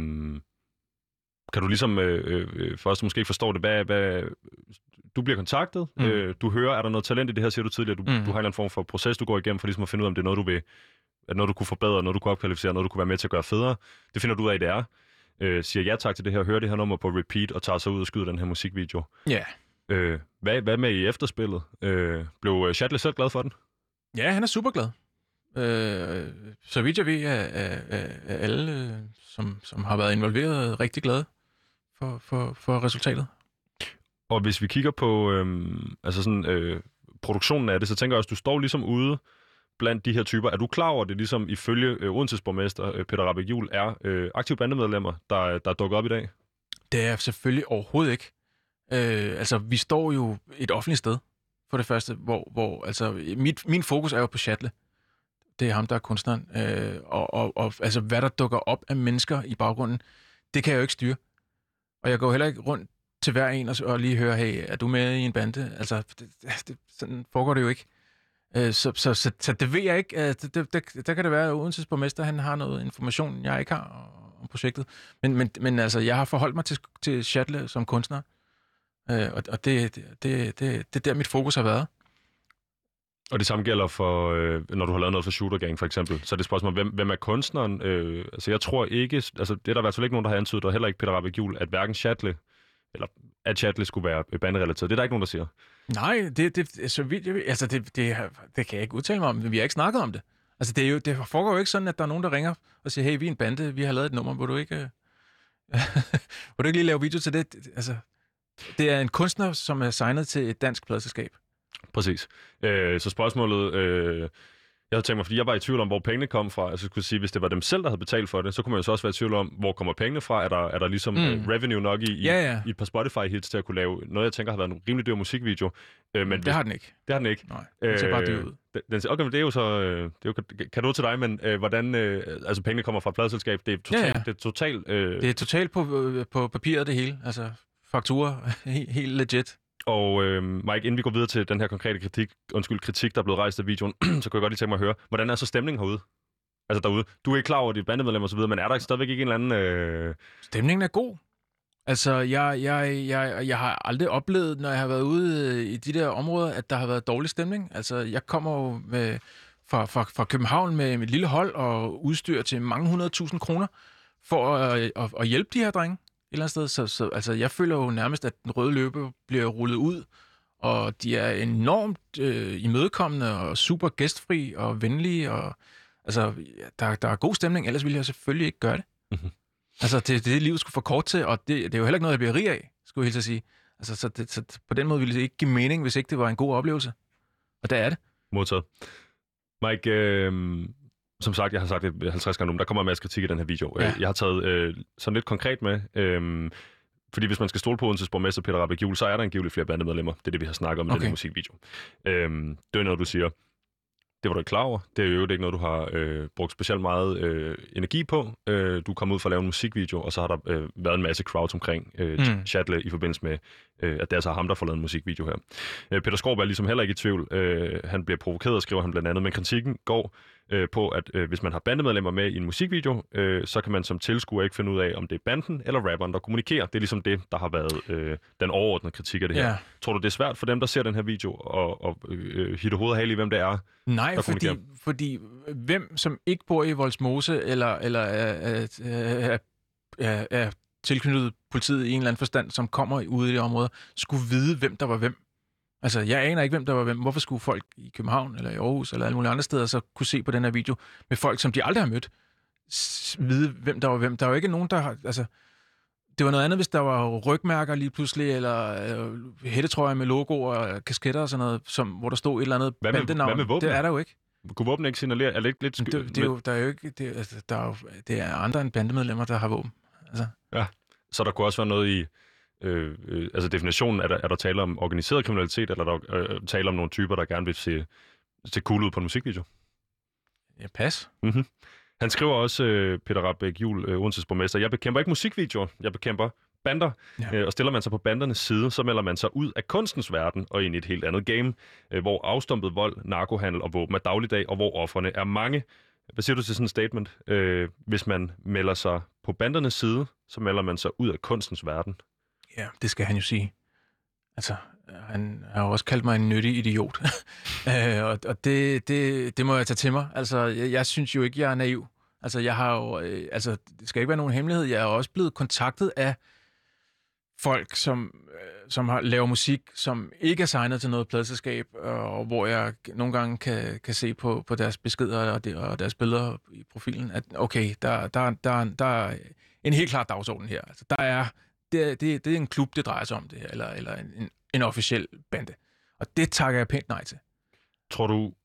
Kan du ligesom for os, der måske ikke forstår det, hvad du bliver kontaktet, du hører, er der noget talent i det her, siger du tidligere, du har en eller anden form for proces, du går igennem, for ligesom at finde ud af, om det er noget, du vil, noget du kunne forbedre, noget du kunne opkvalificere, noget du kunne være med til at gøre federe. Det finder du ud af, det er. Siger ja tak til det her, hører det her nummer på repeat, og tager sig ud og skyder den her musikvideo. Ja. Hvad med i efterspillet? Blev Shatle selv glad for den? Ja, han er super glad. Så vidt jeg ved, er alle, som har været involveret, rigtig glade for resultatet. Og hvis vi kigger på produktionen af det, så tænker jeg også, du står ligesom ude blandt de her typer. Er du klar over det, ligesom ifølge Odenses borgmester Peter Rahbæk-Juel er aktive bandemedlemmer, der dukker op i dag? Det er selvfølgelig overhovedet ikke. Vi står jo et offentligt sted, for det første, hvor min fokus er jo på Shatle. Det er ham, der er kunstneren. Og hvad der dukker op af mennesker i baggrunden, det kan jeg jo ikke styre. Og jeg går heller ikke rundt til hver en og lige høre, hey, er du med i en bande? Altså, sådan foregår det jo ikke. Så det ved jeg ikke. Der kan det være, at Odenses borgmester, han har noget information, jeg ikke har om projektet. Men altså, jeg har forholdt mig til Shatle som kunstner. Og det er der, mit fokus har været. Og det samme gælder for, når du har lavet noget for Shooter Gang, for eksempel. Så er det spørgsmål, hvem er kunstneren? Jeg tror ikke, altså det er der i hvert fald ikke nogen, der har antydet, og heller ikke Peter Rahbæk-Juel, at hverken Shatle eller at Chadley skulle være banderelateret. Det er der ikke nogen, der siger. Nej, så vidt jeg ved, altså det kan jeg ikke udtale mig om, men vi har ikke snakket om det. Altså det foregår jo ikke sådan, at der er nogen, der ringer og siger, hey, vi er en bande, vi har lavet et nummer, vil du ikke lige lave video til det? Altså, det er en kunstner, som er signet til et dansk pladeselskab. Præcis. Så spørgsmålet... Jeg havde tænkt mig, fordi jeg var i tvivl om, hvor pengene kom fra. Altså, jeg skulle sige, hvis det var dem selv, der havde betalt for det, så kunne man jo så også være i tvivl om, hvor kommer pengene fra? Er der ligesom revenue nok i et par Spotify-hits til at kunne lave noget, jeg tænker har været en rimelig dyr musikvideo. Men det har den ikke. Det har den ikke. Nej, den ser bare dyr ud. Okay, men det er jo så... det er jo kado til dig, men hvordan... altså, pengene kommer fra et pladeselskab, det er totalt... Det er totalt på papiret, det hele. Altså, fakturer, helt legit. Og Mike, inden vi går videre til den her konkrete kritik, der er blevet rejst af videoen, så kunne jeg godt lige tænke mig at høre, hvordan er så stemningen herude? Altså derude. Du er ikke klar over dit bandemedlem og så videre, men er der stadigvæk ikke en eller anden... Stemningen er god. Altså, jeg har aldrig oplevet, når jeg har været ude i de der områder, at der har været dårlig stemning. Altså, jeg kommer jo fra København med mit lille hold og udstyr til mange 100.000 kroner for at hjælpe de her drenge. Et eller andet sted. Så altså, jeg føler jo nærmest, at den røde løber bliver rullet ud, og de er enormt imødekommende og super gæstfri og venlige. Og, altså, der er god stemning, ellers ville jeg selvfølgelig ikke gøre det. Mm-hmm. Altså, det livet skulle for kort til, og det er jo heller ikke noget, jeg bliver rig af, skulle jeg helt sige. Altså, så på den måde ville det ikke give mening, hvis ikke det var en god oplevelse. Og der er det. Modtaget. Mike, som sagt, jeg har sagt det 50 gange nu, der kommer en masse kritik i den her video. Ja. Jeg har taget sådan lidt konkret med, fordi hvis man skal stole på Odenses borgmester Peter Rahbæk Juhl, så er der angiveligt flere bandemedlemmer. Det er det, vi har snakket om i den her musikvideo. Det er noget, du siger. Det var du ikke klar over. Det er jo ikke noget, du har brugt specielt meget energi på. Du kom ud for at lave en musikvideo, og så har der været en masse crowds omkring Chadley i forbindelse med, at det er så ham, der får lavet en musikvideo her. Peter Skaarup er ligesom heller ikke i tvivl. Han bliver provokeret, skriver han blandt andet, men kritikken går på, at hvis man har bandemedlemmer med i en musikvideo, så kan man som tilskuer ikke finde ud af, om det er banden eller rapperen, der kommunikerer. Det er ligesom det, der har været den overordnede kritik af det her. Ja. Tror du, det er svært for dem, der ser den her video, og hitte hovedet hal i, hvem det er? Nej, fordi hvem som ikke bor i Vollsmose, eller er tilknyttet politiet i en eller anden forstand, som kommer ude i det område, skulle vide, hvem der var hvem. Altså, jeg aner ikke, hvem der var hvem. Hvorfor skulle folk i København, eller i Aarhus, eller alle mulige andre steder, så kunne se på den her video med folk, som de aldrig har mødt, vide, hvem der var hvem. Der er jo ikke nogen, der har... Altså, det var noget andet, hvis der var rygmærker lige pludselig, eller hættetrøjer med logoer og kasketter og sådan noget, hvor der stod et eller andet bandenavn. Hvad med våben? Det er der jo ikke. Kunne våben ikke signalere? Er det ikke lidt det er andre end bandemedlemmer, der har våben. Altså. Ja, så der kunne også være noget i... altså definitionen, er der tale om organiseret kriminalitet, eller er der tale om nogle typer, der gerne vil se cool ud på en musikvideo? Ja, pas. Mm-hmm. Han skriver også, Peter Rahbæk Juhl, Odenses borgmester, jeg bekæmper ikke musikvideoer, jeg bekæmper bander. Ja. Og stiller man sig på bandernes side, så melder man sig ud af kunstens verden og ind i et helt andet game, hvor afstumpet vold, narkohandel og våben er dagligdag, og hvor offerne er mange. Hvad siger du til sådan en statement? Hvis man melder sig på bandernes side, så melder man sig ud af kunstens verden. Ja, det skal han jo sige. Altså, han har jo også kaldt mig en nyttig idiot. Og det må jeg tage til mig. Altså, jeg synes jo ikke, jeg er naiv. Altså, jeg har jo... altså, det skal ikke være nogen hemmelighed. Jeg er også blevet kontaktet af folk, som laver musik, som ikke er signet til noget pladeselskab, og hvor jeg nogle gange kan se på deres beskeder og deres billeder i profilen, at okay, der er en helt klar dagsorden her. Altså, det er en klub, det drejer sig om det her, eller en officiel bande. Og det takker jeg pænt nej til. Tror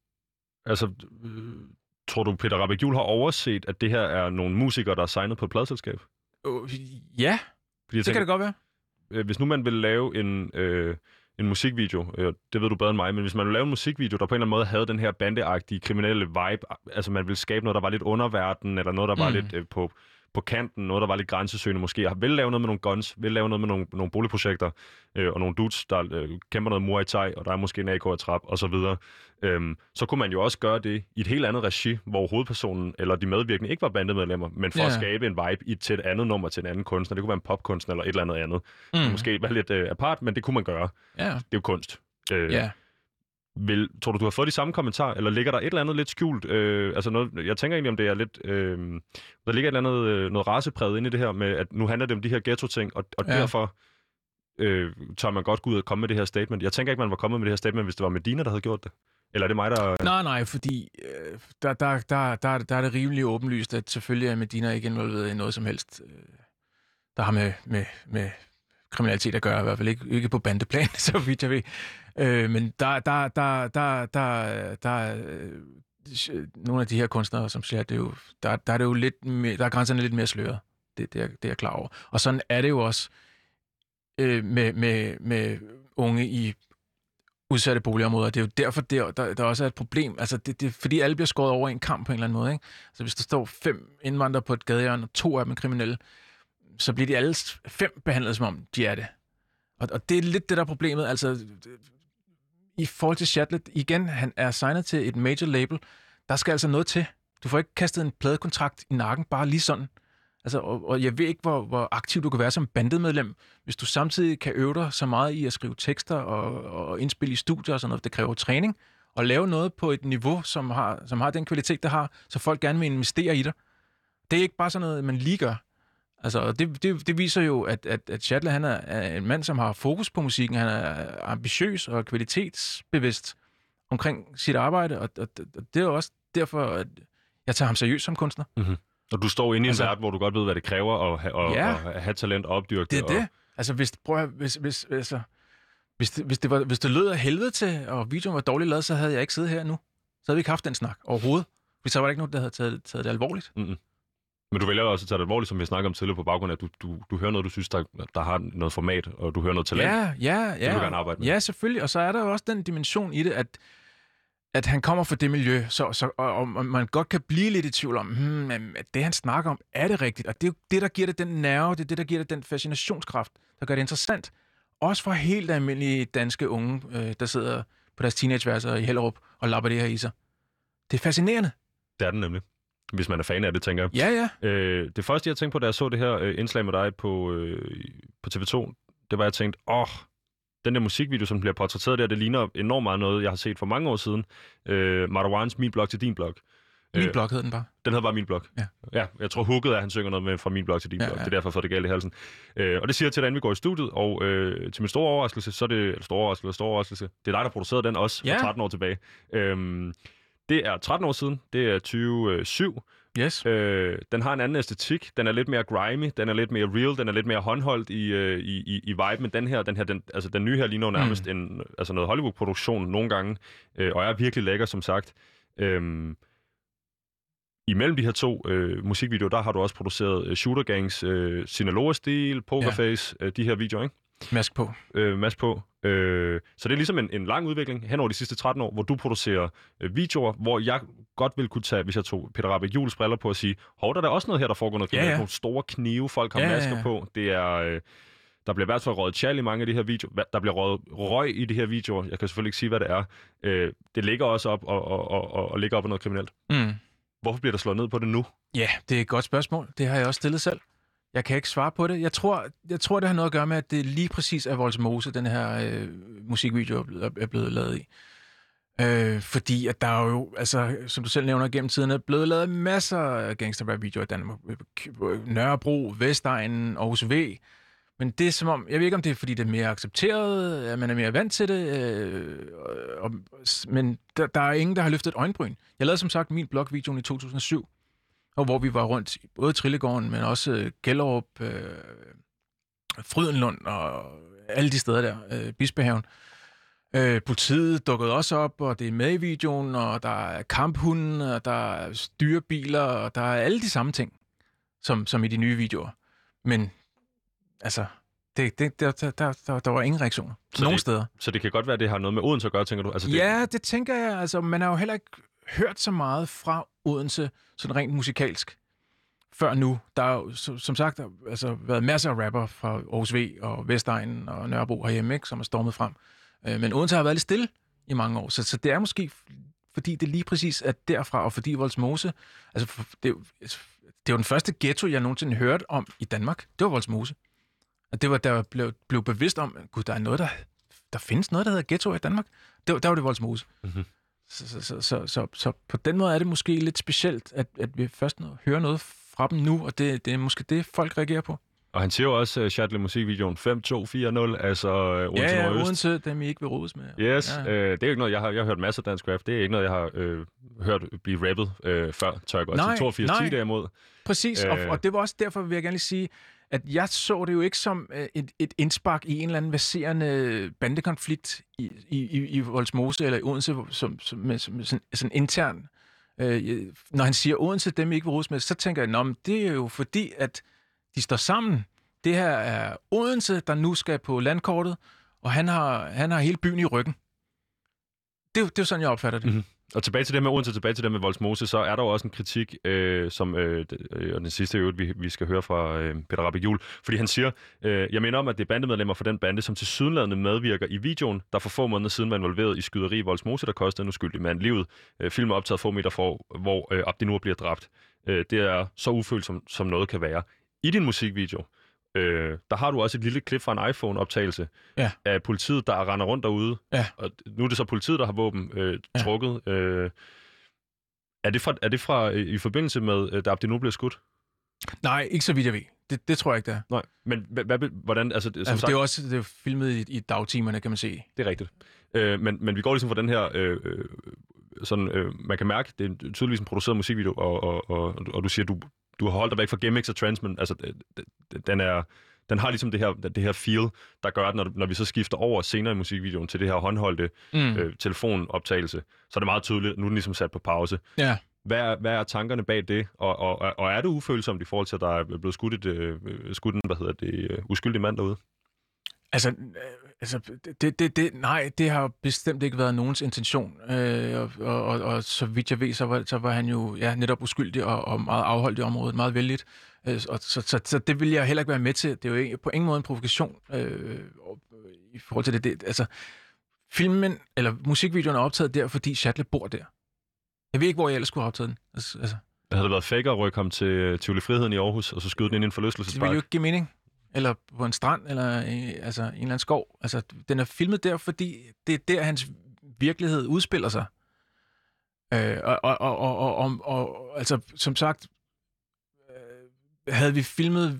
du, Peter Rahbæk Juhl har overset, at det her er nogle musikere, der er signet på et pladeselskab? Ja, det kan det godt være. Hvis nu man vil lave en musikvideo, det ved du bedre end mig, men hvis man vil lave en musikvideo, der på en eller anden måde havde den her bandeagtige kriminelle vibe, altså man vil skabe noget, der var lidt underverden, eller noget, der var lidt på kanten, noget, der var lidt grænsesøgende måske, og vil lave noget med nogle guns, vil lave noget med nogle boligprojekter, og nogle dudes, der kæmper noget Muay Thai, og der er måske en AK-trap, og så videre. Så kunne man jo også gøre det i et helt andet regi, hvor hovedpersonen eller de medvirkende ikke var bandemedlemmer, men for at skabe en vibe til et andet nummer, til en anden kunstner. Det kunne være en popkunstner eller et eller andet. Det måske være lidt apart, men det kunne man gøre. Yeah. Det er jo kunst. Tror du har fået de samme kommentarer, eller ligger der et eller andet lidt skjult? Altså noget, jeg tænker egentlig, om det er lidt... der ligger et eller andet noget racepræget inde i det her, med at nu handler det om de her ghetto-ting, og derfor tør man godt gå ud og komme med det her statement. Jeg tænker ikke, man var kommet med det her statement, hvis det var Medina, der havde gjort det. Eller er det mig, der... Nej, fordi der er det rimelig åbenlyst, at selvfølgelig er Medina ikke involveret i noget som helst, der har med kriminalitet at gøre, i hvert fald ikke på bandeplan, så vidt jeg ved. Men der er nogle af de her kunstnere, som siger, det er jo, der er det jo lidt mere, der er grænserne lidt mere sløret. Det er jeg klar over. Og sådan er det jo også med unge i udsatte boligområder. Det er jo derfor, der også er et problem. Altså, det fordi alle bliver skåret over en kamp på en eller anden måde. Ikke? Så hvis der står 5 indvandrere på et gadehjørne, og 2 af dem er kriminelle, så bliver de alle 5 behandlet, som om de er det. Og det er lidt det, der er problemet. Altså, i forhold til Chadlet, igen, han er signet til et major label. Der skal altså noget til. Du får ikke kastet en pladekontrakt i nakken, bare lige sådan. Altså, og jeg ved ikke, hvor aktiv du kan være som bandemedlem, hvis du samtidig kan øve dig så meget i at skrive tekster og indspille i studier og sådan noget. Det kræver træning. Og lave noget på et niveau, som har den kvalitet, det har, så folk gerne vil investere i dig. Det er ikke bare sådan noget, man lige gør. Altså, det viser jo, at Chadlet, han er en mand, som har fokus på musikken. Han er ambitiøs og kvalitetsbevidst omkring sit arbejde, og det er jo også derfor, at jeg tager ham seriøst som kunstner. Mm-hmm. Og du står inde i en verden, hvor du godt ved, hvad det kræver at have talent og opdyrke det. Det er det. Altså, hvis det lød af helvede til, og videoen var dårligt lavet, så havde jeg ikke siddet her nu. Så havde vi ikke haft den snak overhovedet. Hvis så var der ikke nogen, der havde taget det alvorligt. Mm-hmm. Men du vælger også at tage det alvorligt, som vi snakker om tidligere, på baggrund af, at du hører noget, du synes, der har noget format, og du hører noget talent. Ja. Det vil du gerne arbejde med. Ja, selvfølgelig. Og så er der jo også den dimension i det, at han kommer fra det miljø, og man godt kan blive lidt i tvivl om, at det, han snakker om, er det rigtigt? Og det er jo det, der giver det den nerve, det er det, der giver det den fascinationskraft, der gør det interessant. Også for helt almindelige danske unge, der sidder på deres teenageværelser i Hellerup og lapper det her i sig. Det er fascinerende. Det er den nemlig. Hvis man er fan af det, tænker jeg. Ja. Det første, jeg tænkte på, da jeg så det her indslag med dig på TV2, det var, jeg tænkte, den der musikvideo, som bliver portrætteret der, det ligner enormt meget noget, jeg har set for mange år siden. Marwans Min Blog til Din Blog. Min Blog hed den bare. Den hedder bare Min Blog. Ja, jeg tror hooket er, at han synger noget med fra Min Blog til Din Blog. Det er derfor, jeg får det galt i halsen. Og det siger jeg til, at vi går i studiet, og til min store overraskelse, så er det... Stor overraskelse. Det er dig, der producerede den også for 13 år tilbage. Det er 13 år siden. Det er 2007. Yes. Den har en anden æstetik. Den er lidt mere grimy. Den er lidt mere real. Den er lidt mere håndholdt i vibe. Men den nye her ligner nærmest noget Hollywood-produktion nogle gange. Og er virkelig lækker, som sagt. Imellem de her 2 musikvideoer, der har du også produceret Shooter Gangs, Sinaloa-stil, Pokerface, de her videoer, ikke? Mask på. Så det er ligesom en lang udvikling hen over de sidste 13 år, hvor du producerer videoer, hvor jeg godt ville kunne tage, hvis jeg tog Peter Rahbæk Juhls briller på og sige, der er også noget her, der foregår noget. Nogle store knive, folk har masker på. Det er... Der bliver i hvert fald røget tjal i mange af de her videoer. Der bliver røget røg i de her videoer. Jeg kan selvfølgelig ikke sige, hvad det er. Det ligger også op og ligger op af noget kriminelt. Hvorfor bliver der slået ned på det nu? Ja, det er et godt spørgsmål. Det har jeg også stillet selv. Jeg kan ikke svare på det. Jeg tror, det har noget at gøre med, at det lige præcis er Vollsmose, den her musikvideo er blevet lavet i. Fordi at der er jo, altså, som du selv nævner, gennem tiden er blevet lavet masser af gangster-rap-videoer i Danmark. Nørrebro, Vestegnen, Aarhus V. Men det er som om, jeg ved ikke, om det er, fordi det er mere accepteret, at man er mere vant til det, men der er ingen, der har løftet et øjenbryn. Jeg lavede som sagt Min Blog-videoen i 2007, og hvor vi var rundt i både Trillegården, men også Gellerup, Frydenlund og alle de steder der, Bispehaven. Politiet dukkede også op, og det er med i videoen, og der er kamphunde, og der er styrebiler, og der er alle de samme ting, som i de nye videoer. Men altså, der var ingen reaktioner. Nogen steder. Så det kan godt være, at det har noget med Odense at gøre, tænker du? Altså, det tænker jeg. Altså, man har jo heller ikke hørt så meget fra Odense, sådan rent musikalsk, før nu. Der har jo, som sagt, været masser af rapper fra Aarhus V og Vestegnen og Nørrebro herhjemme, ikke, som er stormet frem. Men Odense har været lidt stille i mange år. Så det er måske, fordi det lige præcis er derfra, og fordi Vollsmose, altså det er jo den første ghetto, jeg nogensinde hørte om i Danmark. Det var Vollsmose. Og det var, der blev bevidst om, gud, der er noget, der findes noget, der hedder ghetto i Danmark. Der var det Vollsmose. Mm-hmm. Så på den måde er det måske lidt specielt, at vi først hører noget fra dem nu, og det er måske det, folk reagerer på. Og han siger jo også, Chadle musikvideoen 5-2-4-0, altså Odense Ja, Nordøst. Odense, dem I ikke vil rodes med. Yes, Ja. det er jo ikke noget, jeg har hørt masser af dansk rap. Det er ikke noget, jeg har hørt blive rappet før, tør jeg godt sige. 82-10 derimod. Præcis, og det var også derfor, vil jeg gerne lige sige, at jeg så det jo ikke som et indspark i en eller anden verserende bandekonflikt i Vollsmose eller i Odense, som sådan intern. Når han siger Odense, dem I ikke vil rodes med, så tænker jeg, det er jo fordi, at de står sammen. Det her er Odense, der nu skal på landkortet, og han har hele byen i ryggen. Det er jo sådan, jeg opfatter det. Mm-hmm. Og tilbage til det med Odense, tilbage til det med Vollsmose, så er der jo også en kritik, og den sidste øvrigt, vi skal høre fra Peter Rahbek Juhl, fordi han siger, jeg mener om, at det er bandemedlemmer for den bande, som tilsyneladende medvirker i videoen, der for få måneder siden var involveret i skyderi i Vollsmose, der kostede en uskyldig mand livet. Film er optaget få meter for, hvor Abdinur bliver dræbt. Det er så ufølsomt, som noget kan være. I din musikvideo, der har du også et lille klip fra en iPhone-optagelse af politiet, der render rundt derude. Ja. Og nu er det så politiet, der har våben trukket. Er det fra i forbindelse med, da Abdinur blev skudt? Nej, ikke så vidt jeg ved. Det tror jeg ikke, det er. Nej, men hvordan... Altså, det er jo også det er filmet i dagtimerne, kan man se. Det er rigtigt. Men vi går ligesom fra den her... man kan mærke, det er tydeligvis en produceret musikvideo, og du siger, du har holdt dig væk fra gimmicks og trends, men altså, den har ligesom det her feel, der gør, at når vi så skifter over senere i musikvideoen til det her håndholdte telefonoptagelse, så er det meget tydeligt, nu er den ligesom sat på pause. Ja. Hvad er tankerne bag det, og er det ufølsomt i forhold til, at der er blevet skudt en uskyldig mand derude? Nej, det har bestemt ikke været nogens intention. Og så vidt jeg ved, så var han jo netop uskyldig og meget afholdt i området, meget vældigt. Så det vil jeg heller ikke være med til. Det er jo ikke, på ingen måde en provokation i forhold til det. Filmen eller musikvideoen er optaget der, fordi Chadle bor der. Jeg ved ikke, hvor jeg ellers skulle have optaget den. Havde det været fake at rykke ham til Tivoli Friheden i Aarhus, og så skyde den ind i en forlystelsespark? Det ville jo ikke give mening. Eller på en strand, eller en eller anden skov. Den er filmet der, fordi det er der, hans virkelighed udspiller sig. Som sagt, havde vi filmet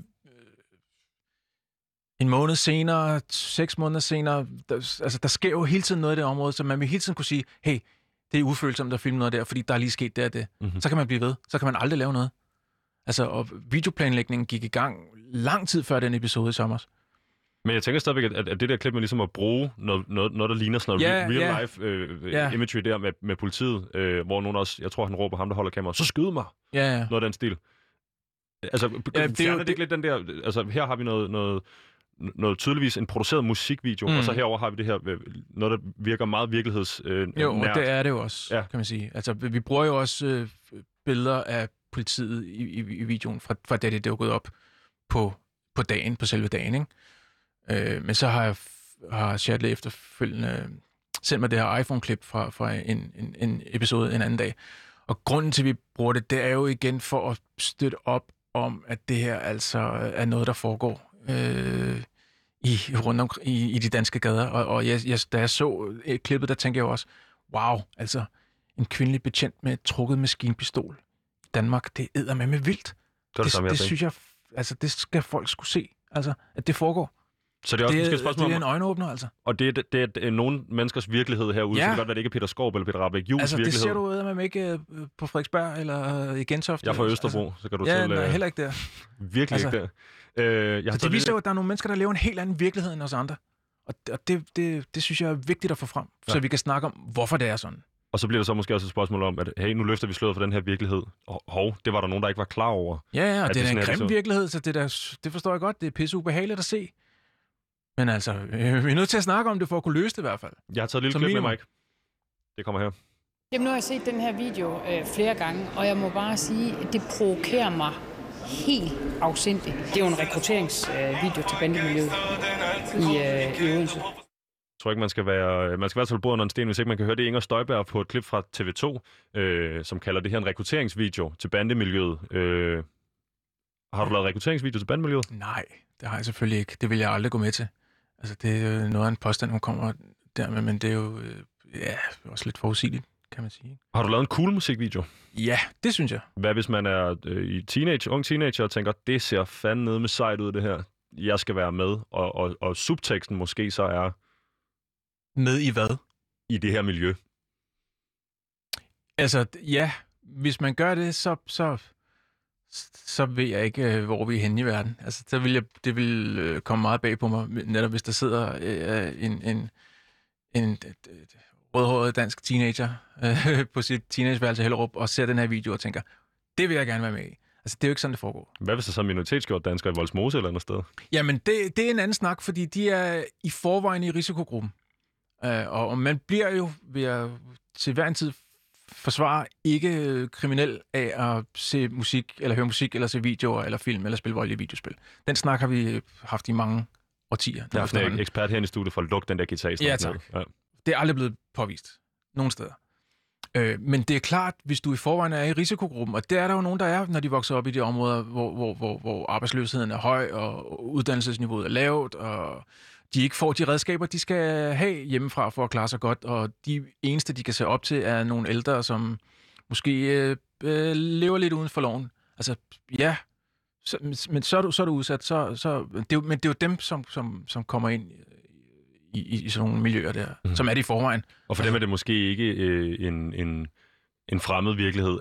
en måned senere, 6 måneder senere, der sker jo hele tiden noget i det område, så man vil hele tiden kunne sige, hey, det er ufølsomt at filme noget der, fordi der er lige sket det. Mm-hmm. Så kan man blive ved. Så kan man aldrig lave noget. Og videoplanlægningen gik i gang lang tid før den episode i sommer. Men jeg tænker stadigvæk, at det der klip med ligesom at bruge noget der ligner sådan noget real-life imagery der med politiet, hvor nogen også, jeg tror han råber ham, der holder kameraet, så skyd mig! Noget af den stil. Fjerner det ikke lidt den der... her har vi noget tydeligvis en produceret musikvideo, og så herover har vi det her, noget der virker meget virkelighedsnært. Jo, og det er det jo også, kan man sige. Vi bruger jo også billeder af politiet i videoen, fra da det dukkede op på dagen, på selve dagen, ikke? Men så har Chadle efterfølgende sendt mig det her iPhone-klip fra en episode en anden dag. Og grunden til, at vi bruger det er jo igen for at støtte op om, at det her altså er noget, der foregår rundt omkring i de danske gader. Og da jeg så klippet, der tænkte jeg jo også, wow, en kvindelig betjent med trukket maskinpistol. Danmark, det er eddermame vildt. Det synes jeg, det skal folk skulle se, at det foregår. Så det er også måske et spørgsmål det er en øjenåbner, Og det er nogle menneskers virkelighed herude, så det kan godt være, det ikke er Peter Skorp eller Peter Rahbek Juhls virkelighed. Det ser du eddermame ikke på Frederiksberg eller i Gentofte. Jeg er fra Østerbro, så kan du nej, heller ikke der. Virkelig ikke der. Så det viser jo, at der er nogle mennesker, der lever en helt anden virkelighed end os andre. Og det synes jeg er vigtigt at få frem, så vi kan snakke om, hvorfor det er sådan. Og så bliver det så måske også et spørgsmål om, at hey, nu løfter vi sløret for den her virkelighed. Det var der nogen, der ikke var klar over. Ja, og det er en grim virkelighed, så det forstår jeg godt. Det er pisse ubehageligt at se. Men vi er nødt til at snakke om det, for at kunne løse det i hvert fald. Jeg har taget et lille klip med, Mike. Det kommer her. Jamen, nu har jeg set den her video flere gange, og jeg må bare sige, at det provokerer mig helt afsindigt. Det er jo en rekrutteringsvideo til bandemiljøet i Odense. Jeg tror ikke, man skal være så under en sten, hvis ikke man kan høre det. Inger Støjberg på et klip fra TV2, som kalder det her en rekrutteringsvideo til bandemiljøet. Har du lavet rekrutteringsvideo til bandemiljøet? Nej, det har jeg selvfølgelig ikke. Det vil jeg aldrig gå med til. Det er jo noget af en påstand, hun kommer der med, men det er jo også lidt forudsigeligt, kan man sige. Har du lavet en cool musikvideo? Ja, det synes jeg. Hvad hvis man er ung teenager og tænker, det ser fandme nede med sejt ud, det her. Jeg skal være med, og subteksten måske så er... Med i hvad? I det her miljø. Altså, ja, hvis man gør det, så ved jeg ikke, hvor vi er henne i verden. Altså, det vil komme meget bag på mig, netop hvis der sidder en rødhåret dansk teenager på sit teenageværelse i Hellerup og ser den her video og tænker, det vil jeg gerne være med i. Altså, det er jo ikke sådan, det foregår. Hvad hvis der så er minoritetsgjort danskere i Vollsmose eller andet sted? Jamen, det er en anden snak, fordi de er i forvejen i risikogruppen. Og man bliver jo ved at til hver en tid forsvare ikke kriminel af at se musik, eller høre musik, eller se videoer, eller film, eller spille voldelige videospil. Den snak har vi haft i mange årtier. Jeg er en ekspert her i studiet for at lukke den der guitar. Ja, tak. Ja. Det er aldrig blevet påvist. Nogen steder. Men det er klart, hvis du i forvejen er i risikogruppen, og det er der jo nogen, der er, når de vokser op i de områder, hvor arbejdsløsheden er høj, og uddannelsesniveauet er lavt, og de ikke får de redskaber, de skal have hjemmefra for at klare sig godt, og de eneste, de kan se op til, er nogle ældre, som måske lever lidt uden for loven. Altså, ja, men så er du udsat. Men det er jo dem, som kommer ind i sådan nogle miljøer der, som er det i forvejen. Og for dem er det måske ikke en fremmed virkelighed,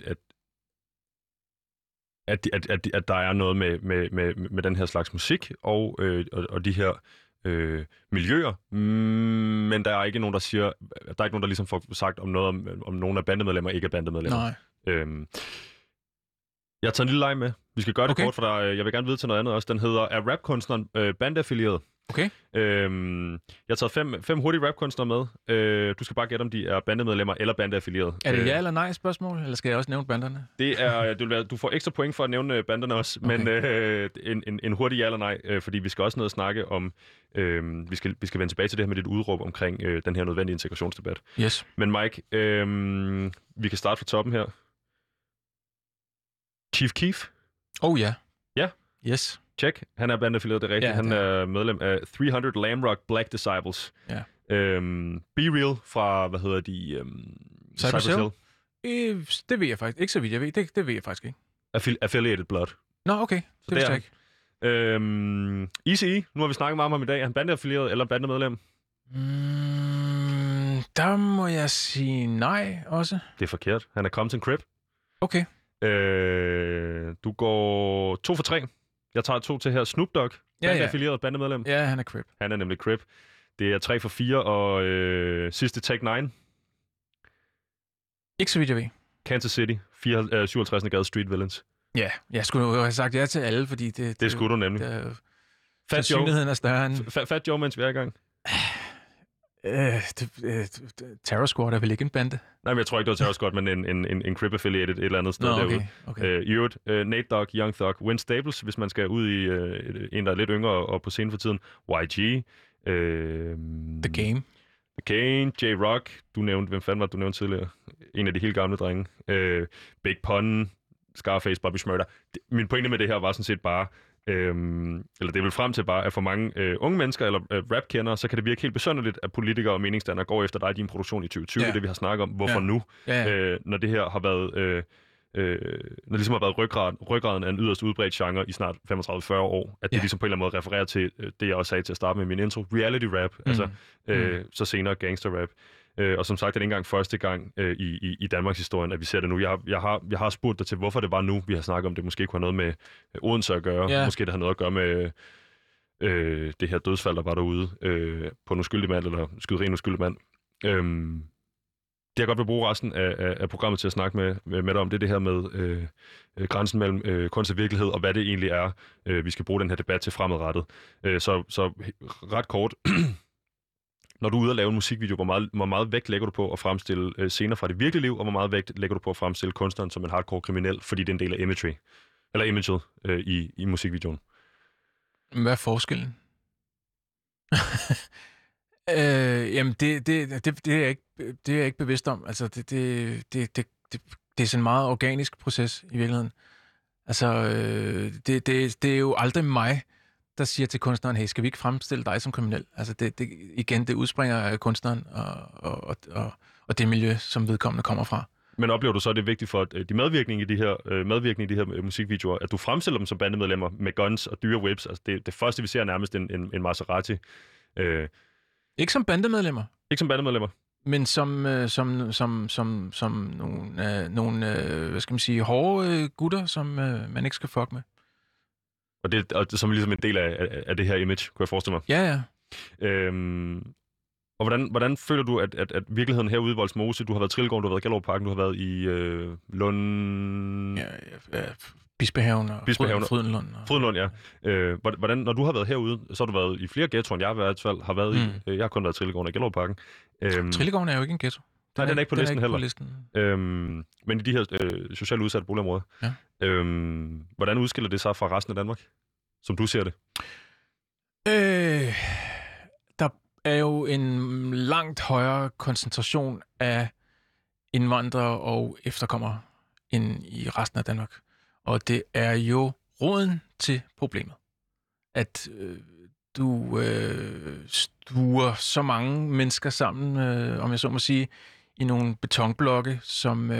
at der er noget med den her slags musik og de her miljøer, men der er ikke nogen, der siger, der er ikke nogen, der ligesom får sagt om noget om nogen af bandemedlemmer ikke er bandemedlemmer. Nej. Jeg har taget en lille leg med. Vi skal gøre det kort, for jeg vil gerne vide til noget andet også. Den hedder, er rapkunstneren bandeaffilieret? Okay. Jeg har taget 5 hurtige rapkunstnere med. Du skal bare gætte, om de er bandemedlemmer eller bandeaffilieret. Er det ja eller nej spørgsmål, eller skal jeg også nævne banderne? Du får ekstra point for at nævne banderne også, okay. Men en hurtig ja eller nej, fordi vi skal også noget at snakke om, vi skal vende tilbage til det her med dit udråb omkring den her nødvendige integrationsdebat. Yes. Men Mike, vi kan starte fra toppen her. Chief Keef. Oh ja. Ja. Yes. Check. Han er bandeaffilieret, det er rigtigt. Ja, han er medlem af 300 Lamrock Black Disciples. Ja. Be Real fra, Cypress Hill? Det ved jeg faktisk. Ikke så vidt, jeg ved. Det ved jeg faktisk ikke. Affiliated Blood. Nå, okay. Det vidste jeg ikke. Eazy-E. Nu har vi snakket meget om ham i dag. Er han bandeaffilieret eller bandemedlem? Der må jeg sige nej også. Det er forkert. Han er Compton Crip. Okay. Du går 2 for 3. Jeg tager 2 til her. Snoop Dogg. Bandeaffilieret bandemedlem. Ja, han er Crip. Han er nemlig Crip. Det er 3 for 4, og sidste Tech 9. Ikke så vidt jeg ved. Kansas City. 57. Gade Street Villains. Ja, jeg skulle jo have sagt ja til alle, fordi det skulle du nemlig. Fat Joe. Er større end... Fat Joe, mens vi er i gang. Terror Squad er vel ikke en bande? Nej, men jeg tror ikke, det var Terror Squad, men en Crip-affiliated et eller andet sted derude. Okay. I øvrigt, Nate Dogg, Young Thug, Win Staples, hvis man skal ud i en, der er lidt yngre og på scenen for tiden. YG. The Game. J-Rock. Du nævnte, hvem fanden var du nævnte tidligere? En af de helt gamle drenge. Big Pun, Scarface, Bobby Shmurda. Min pointe med det her var sådan set bare, eller det vil frem til bare, at for mange unge mennesker eller rap-kendere, så kan det virke helt besynderligt, at politikere og meningsdannere går efter dig i din produktion i 2020. Det vi har snakket om. Hvorfor nu? Når det her har været... når det ligesom har været ryggraden af en yderst udbredt genre i snart 35-40 år, at det ligesom på en eller anden måde refererer til det, jeg også sagde til at starte med min intro. Reality rap, så senere gangster rap. Og som sagt, det er ikke engang første gang i Danmarks historien, at vi ser det nu. Jeg har spurgt dig til, hvorfor det var nu, vi har snakket om det. Måske kunne have noget med Odense at gøre. Måske det har noget at gøre med det her dødsfald, der var derude på en uskyldig mand, eller skyderi en uskyldig mand. Det jeg godt vil bruge resten af programmet til at snakke med dig om, det her med grænsen mellem kunst og virkelighed, og hvad det egentlig er, vi skal bruge den her debat til fremadrettet. Så ret kort... Når du er ude og lave en musikvideo, hvor meget vægt lægger du på at fremstille scener fra det virkelige liv, og hvor meget vægt lægger du på at fremstille kunstneren som en hardcore kriminel, fordi det er en del af imaget i musikvideoen? Hvad er forskellen? Jamen, det er jeg ikke bevidst om. Altså, det er sådan en meget organisk proces i virkeligheden. Altså, det er jo aldrig mig, der siger til kunstneren, hey, skal vi ikke fremstille dig som kriminel? Altså, det udspringer af kunstneren, og og det miljø, som vedkommende kommer fra. Men oplever du så, at det er vigtigt for de medvirkning i de her musikvideoer, at du fremstiller dem som bandemedlemmer med guns og dyre whips? Altså det første, vi ser nærmest en Maserati. Ikke som bandemedlemmer. Ikke som bandemedlemmer? Men som nogle hvad skal man sige, hårde gutter, som man ikke skal fuck med. Og det som ligesom en del af det her image, kunne jeg forestille mig. Ja. Og hvordan føler du, at virkeligheden herude i Vollsmose, du har været i Trillegården, du har været i Gellerupparken, du har været i Lund... Ja, Bispehaven og Frydenlund. Frydenlund, ja. Hvordan, når du har været herude, så har du været i flere ghettoer, end jeg i hvert fald har været i. Jeg har kun været i Trillegården og Gellerupparken. Trillegården er jo ikke en ghetto. Nej, den er ikke på listen heller. Men i de her socialt udsatte boligområder. Ja. Hvordan udskiller det sig fra resten af Danmark, som du ser det? Der er jo en langt højere koncentration af indvandrere og efterkommere end i resten af Danmark. Og det er jo roden til problemet. At du stuer så mange mennesker sammen, om jeg så må sige, i nogle betonblokke, som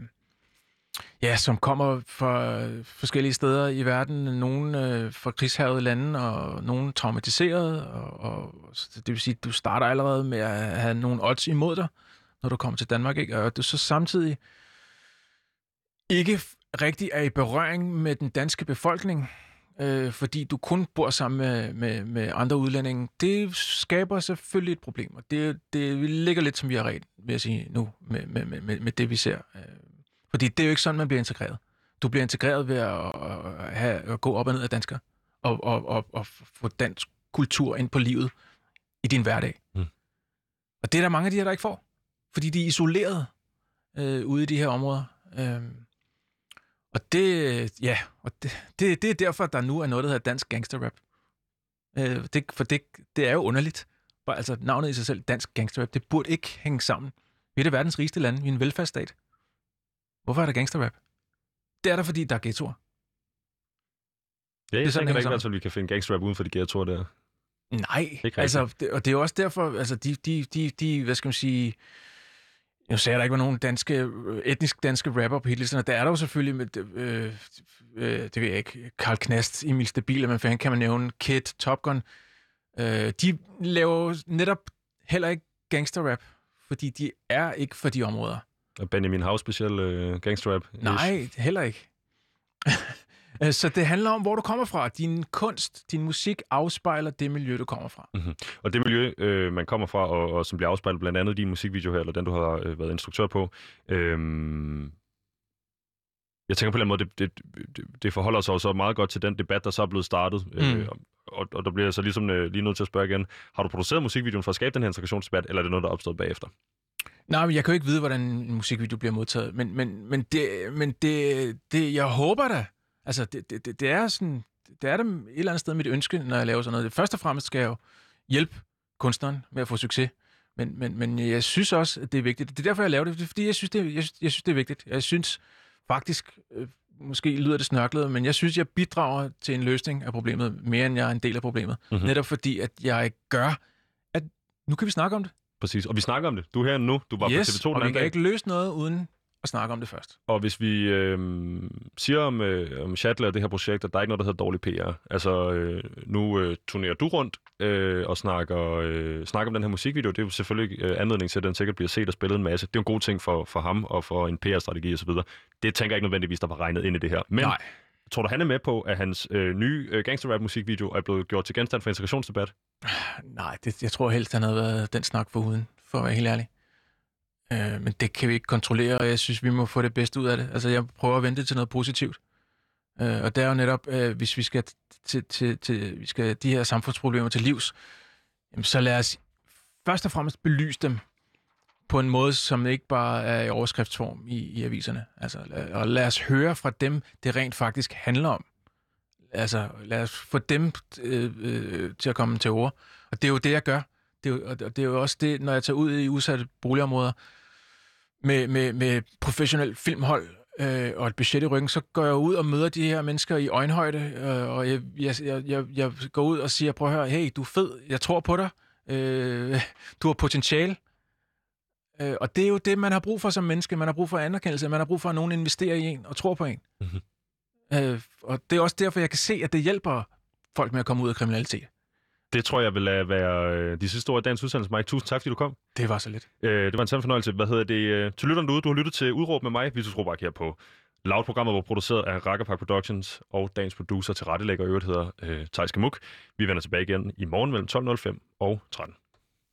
kommer fra forskellige steder i verden. Nogle fra krigshærgede lande, og nogle traumatiseret. Og det vil sige, at du starter allerede med at have nogle odds imod dig, når du kommer til Danmark, ikke? Og du så samtidig ikke rigtig er i berøring med den danske befolkning, fordi du kun bor sammen med andre udlændinge. Det skaber selvfølgelig et problem, og det ligger lidt som vi har ret, vil jeg sige nu, med det vi ser. Fordi det er jo ikke sådan, man bliver integreret. Du bliver integreret ved at gå op og ned af dansker, og få dansk kultur ind på livet i din hverdag. Og det er der mange af de her, der ikke får, fordi de er isoleret ude i de her områder. Og det er derfor, at der nu er noget, der hedder dansk gangsterrap. For det er jo underligt. Bare, altså navnet i sig selv, dansk gangsterrap, det burde ikke hænge sammen. Vi er det verdens rigeste land, vi er en velfærdsstat. Hvorfor er der gangsterrap? Det er der, fordi der er ghettoer. Ja, jeg tænker da ikke, at vi kan finde gangsterrap uden for de ghettoer der. Nej, altså, og det er jo også derfor, altså de hvad skal man sige... Nu sagde der ikke var nogen etnisk danske rapper på hitlisterne. Der er der jo selvfølgelig med, det ved jeg ikke, Karl Knast, Emil Stabil, men fanden kan man nævne, Kid, Top Gun. De laver netop heller ikke gangsterrap, fordi de er ikke for de områder. Og Benjamin House speciel gangsterrap? Nej, heller ikke. Så det handler om, hvor du kommer fra. Din kunst, din musik afspejler det miljø, du kommer fra. Mm-hmm. Og det miljø, man kommer fra, og som bliver afspejlet blandt andet i din musikvideo her, eller den, du har været instruktør på. Jeg tænker på en måde, det forholder sig så meget godt til den debat, der så er blevet startet. Og der bliver jeg så ligesom lige nødt til at spørge igen. Har du produceret musikvideoen for at skabe den her integrationsdebat, eller er det noget, der er opstået bagefter? Nej, men jeg kan jo ikke vide, hvordan en musikvideo bliver modtaget. Men det jeg håber da. Altså, det er sådan, det er et eller andet sted mit ønske, når jeg laver sådan noget. Først og fremmest skal jeg jo hjælpe kunstneren med at få succes. Men jeg synes også, at det er vigtigt. Det er derfor, jeg laver det. Det er, fordi jeg synes, det er vigtigt. Jeg synes faktisk, måske lyder det snørklet, men jeg synes, jeg bidrager til en løsning af problemet, mere end jeg er en del af problemet. Mm-hmm. Netop fordi, at jeg gør, at nu kan vi snakke om det. Præcis, og vi snakker om det. Du er her nu, du var på TV2 den og vi kan ikke løse noget uden at snakke om det først. Og hvis vi siger om Shadler og det her projekt, at der er ikke noget, der hedder dårlig PR. Altså, nu turnerer du rundt og snakker om den her musikvideo. Det er jo selvfølgelig anledning til, at den sikkert bliver set og spillet en masse. Det er en god ting for ham og for en PR-strategi osv. Det tænker jeg ikke nødvendigvis, der var regnet ind i det her. Men nej. Tror du, han er med på, at hans nye gangsterrap-musikvideo er blevet gjort til genstand for integrationsdebat? Nej, jeg tror helst, han havde været den snak for huden, for at være helt ærlig. Men det kan vi ikke kontrollere, og jeg synes, vi må få det bedste ud af det. Altså, jeg prøver at vente til noget positivt. Og det er jo netop, hvis vi skal vi skal de her samfundsproblemer til livs, så lad os først og fremmest belyse dem på en måde, som ikke bare er i overskriftsform i aviserne. Altså, og lad os høre fra dem, det rent faktisk handler om. Altså, lad os få dem til at komme til ord. Og det er jo det, jeg gør. Det er jo også det, når jeg tager ud i udsatte boligområder med professionel filmhold og et budget i ryggen, så går jeg ud og møder de her mennesker i øjenhøjde, og jeg går ud og siger, prøv at høre, hey, du er fed, jeg tror på dig, du har potentiale, Og det er jo det, man har brug for som menneske. Man har brug for anerkendelse. Man har brug for, at nogen investerer i en og tror på en. Mm-hmm. Og det er også derfor, jeg kan se, at det hjælper folk med at komme ud af kriminalitet. Det tror jeg vil være de sidste ord af dagens udsendelse, Mike. Tusind tak, fordi du kom. Det var så lidt. Det var en sand fornøjelse. Til lytterne derude, du har lyttet til Udråb med mig, Vitus Robak, her på Loud-programmet, hvor produceret af Rakkerpark Productions, og dagens producer til rettelægger øvrigt hedder Theis Gemuk. Vi vender tilbage igen i morgen mellem 12.05 og 13.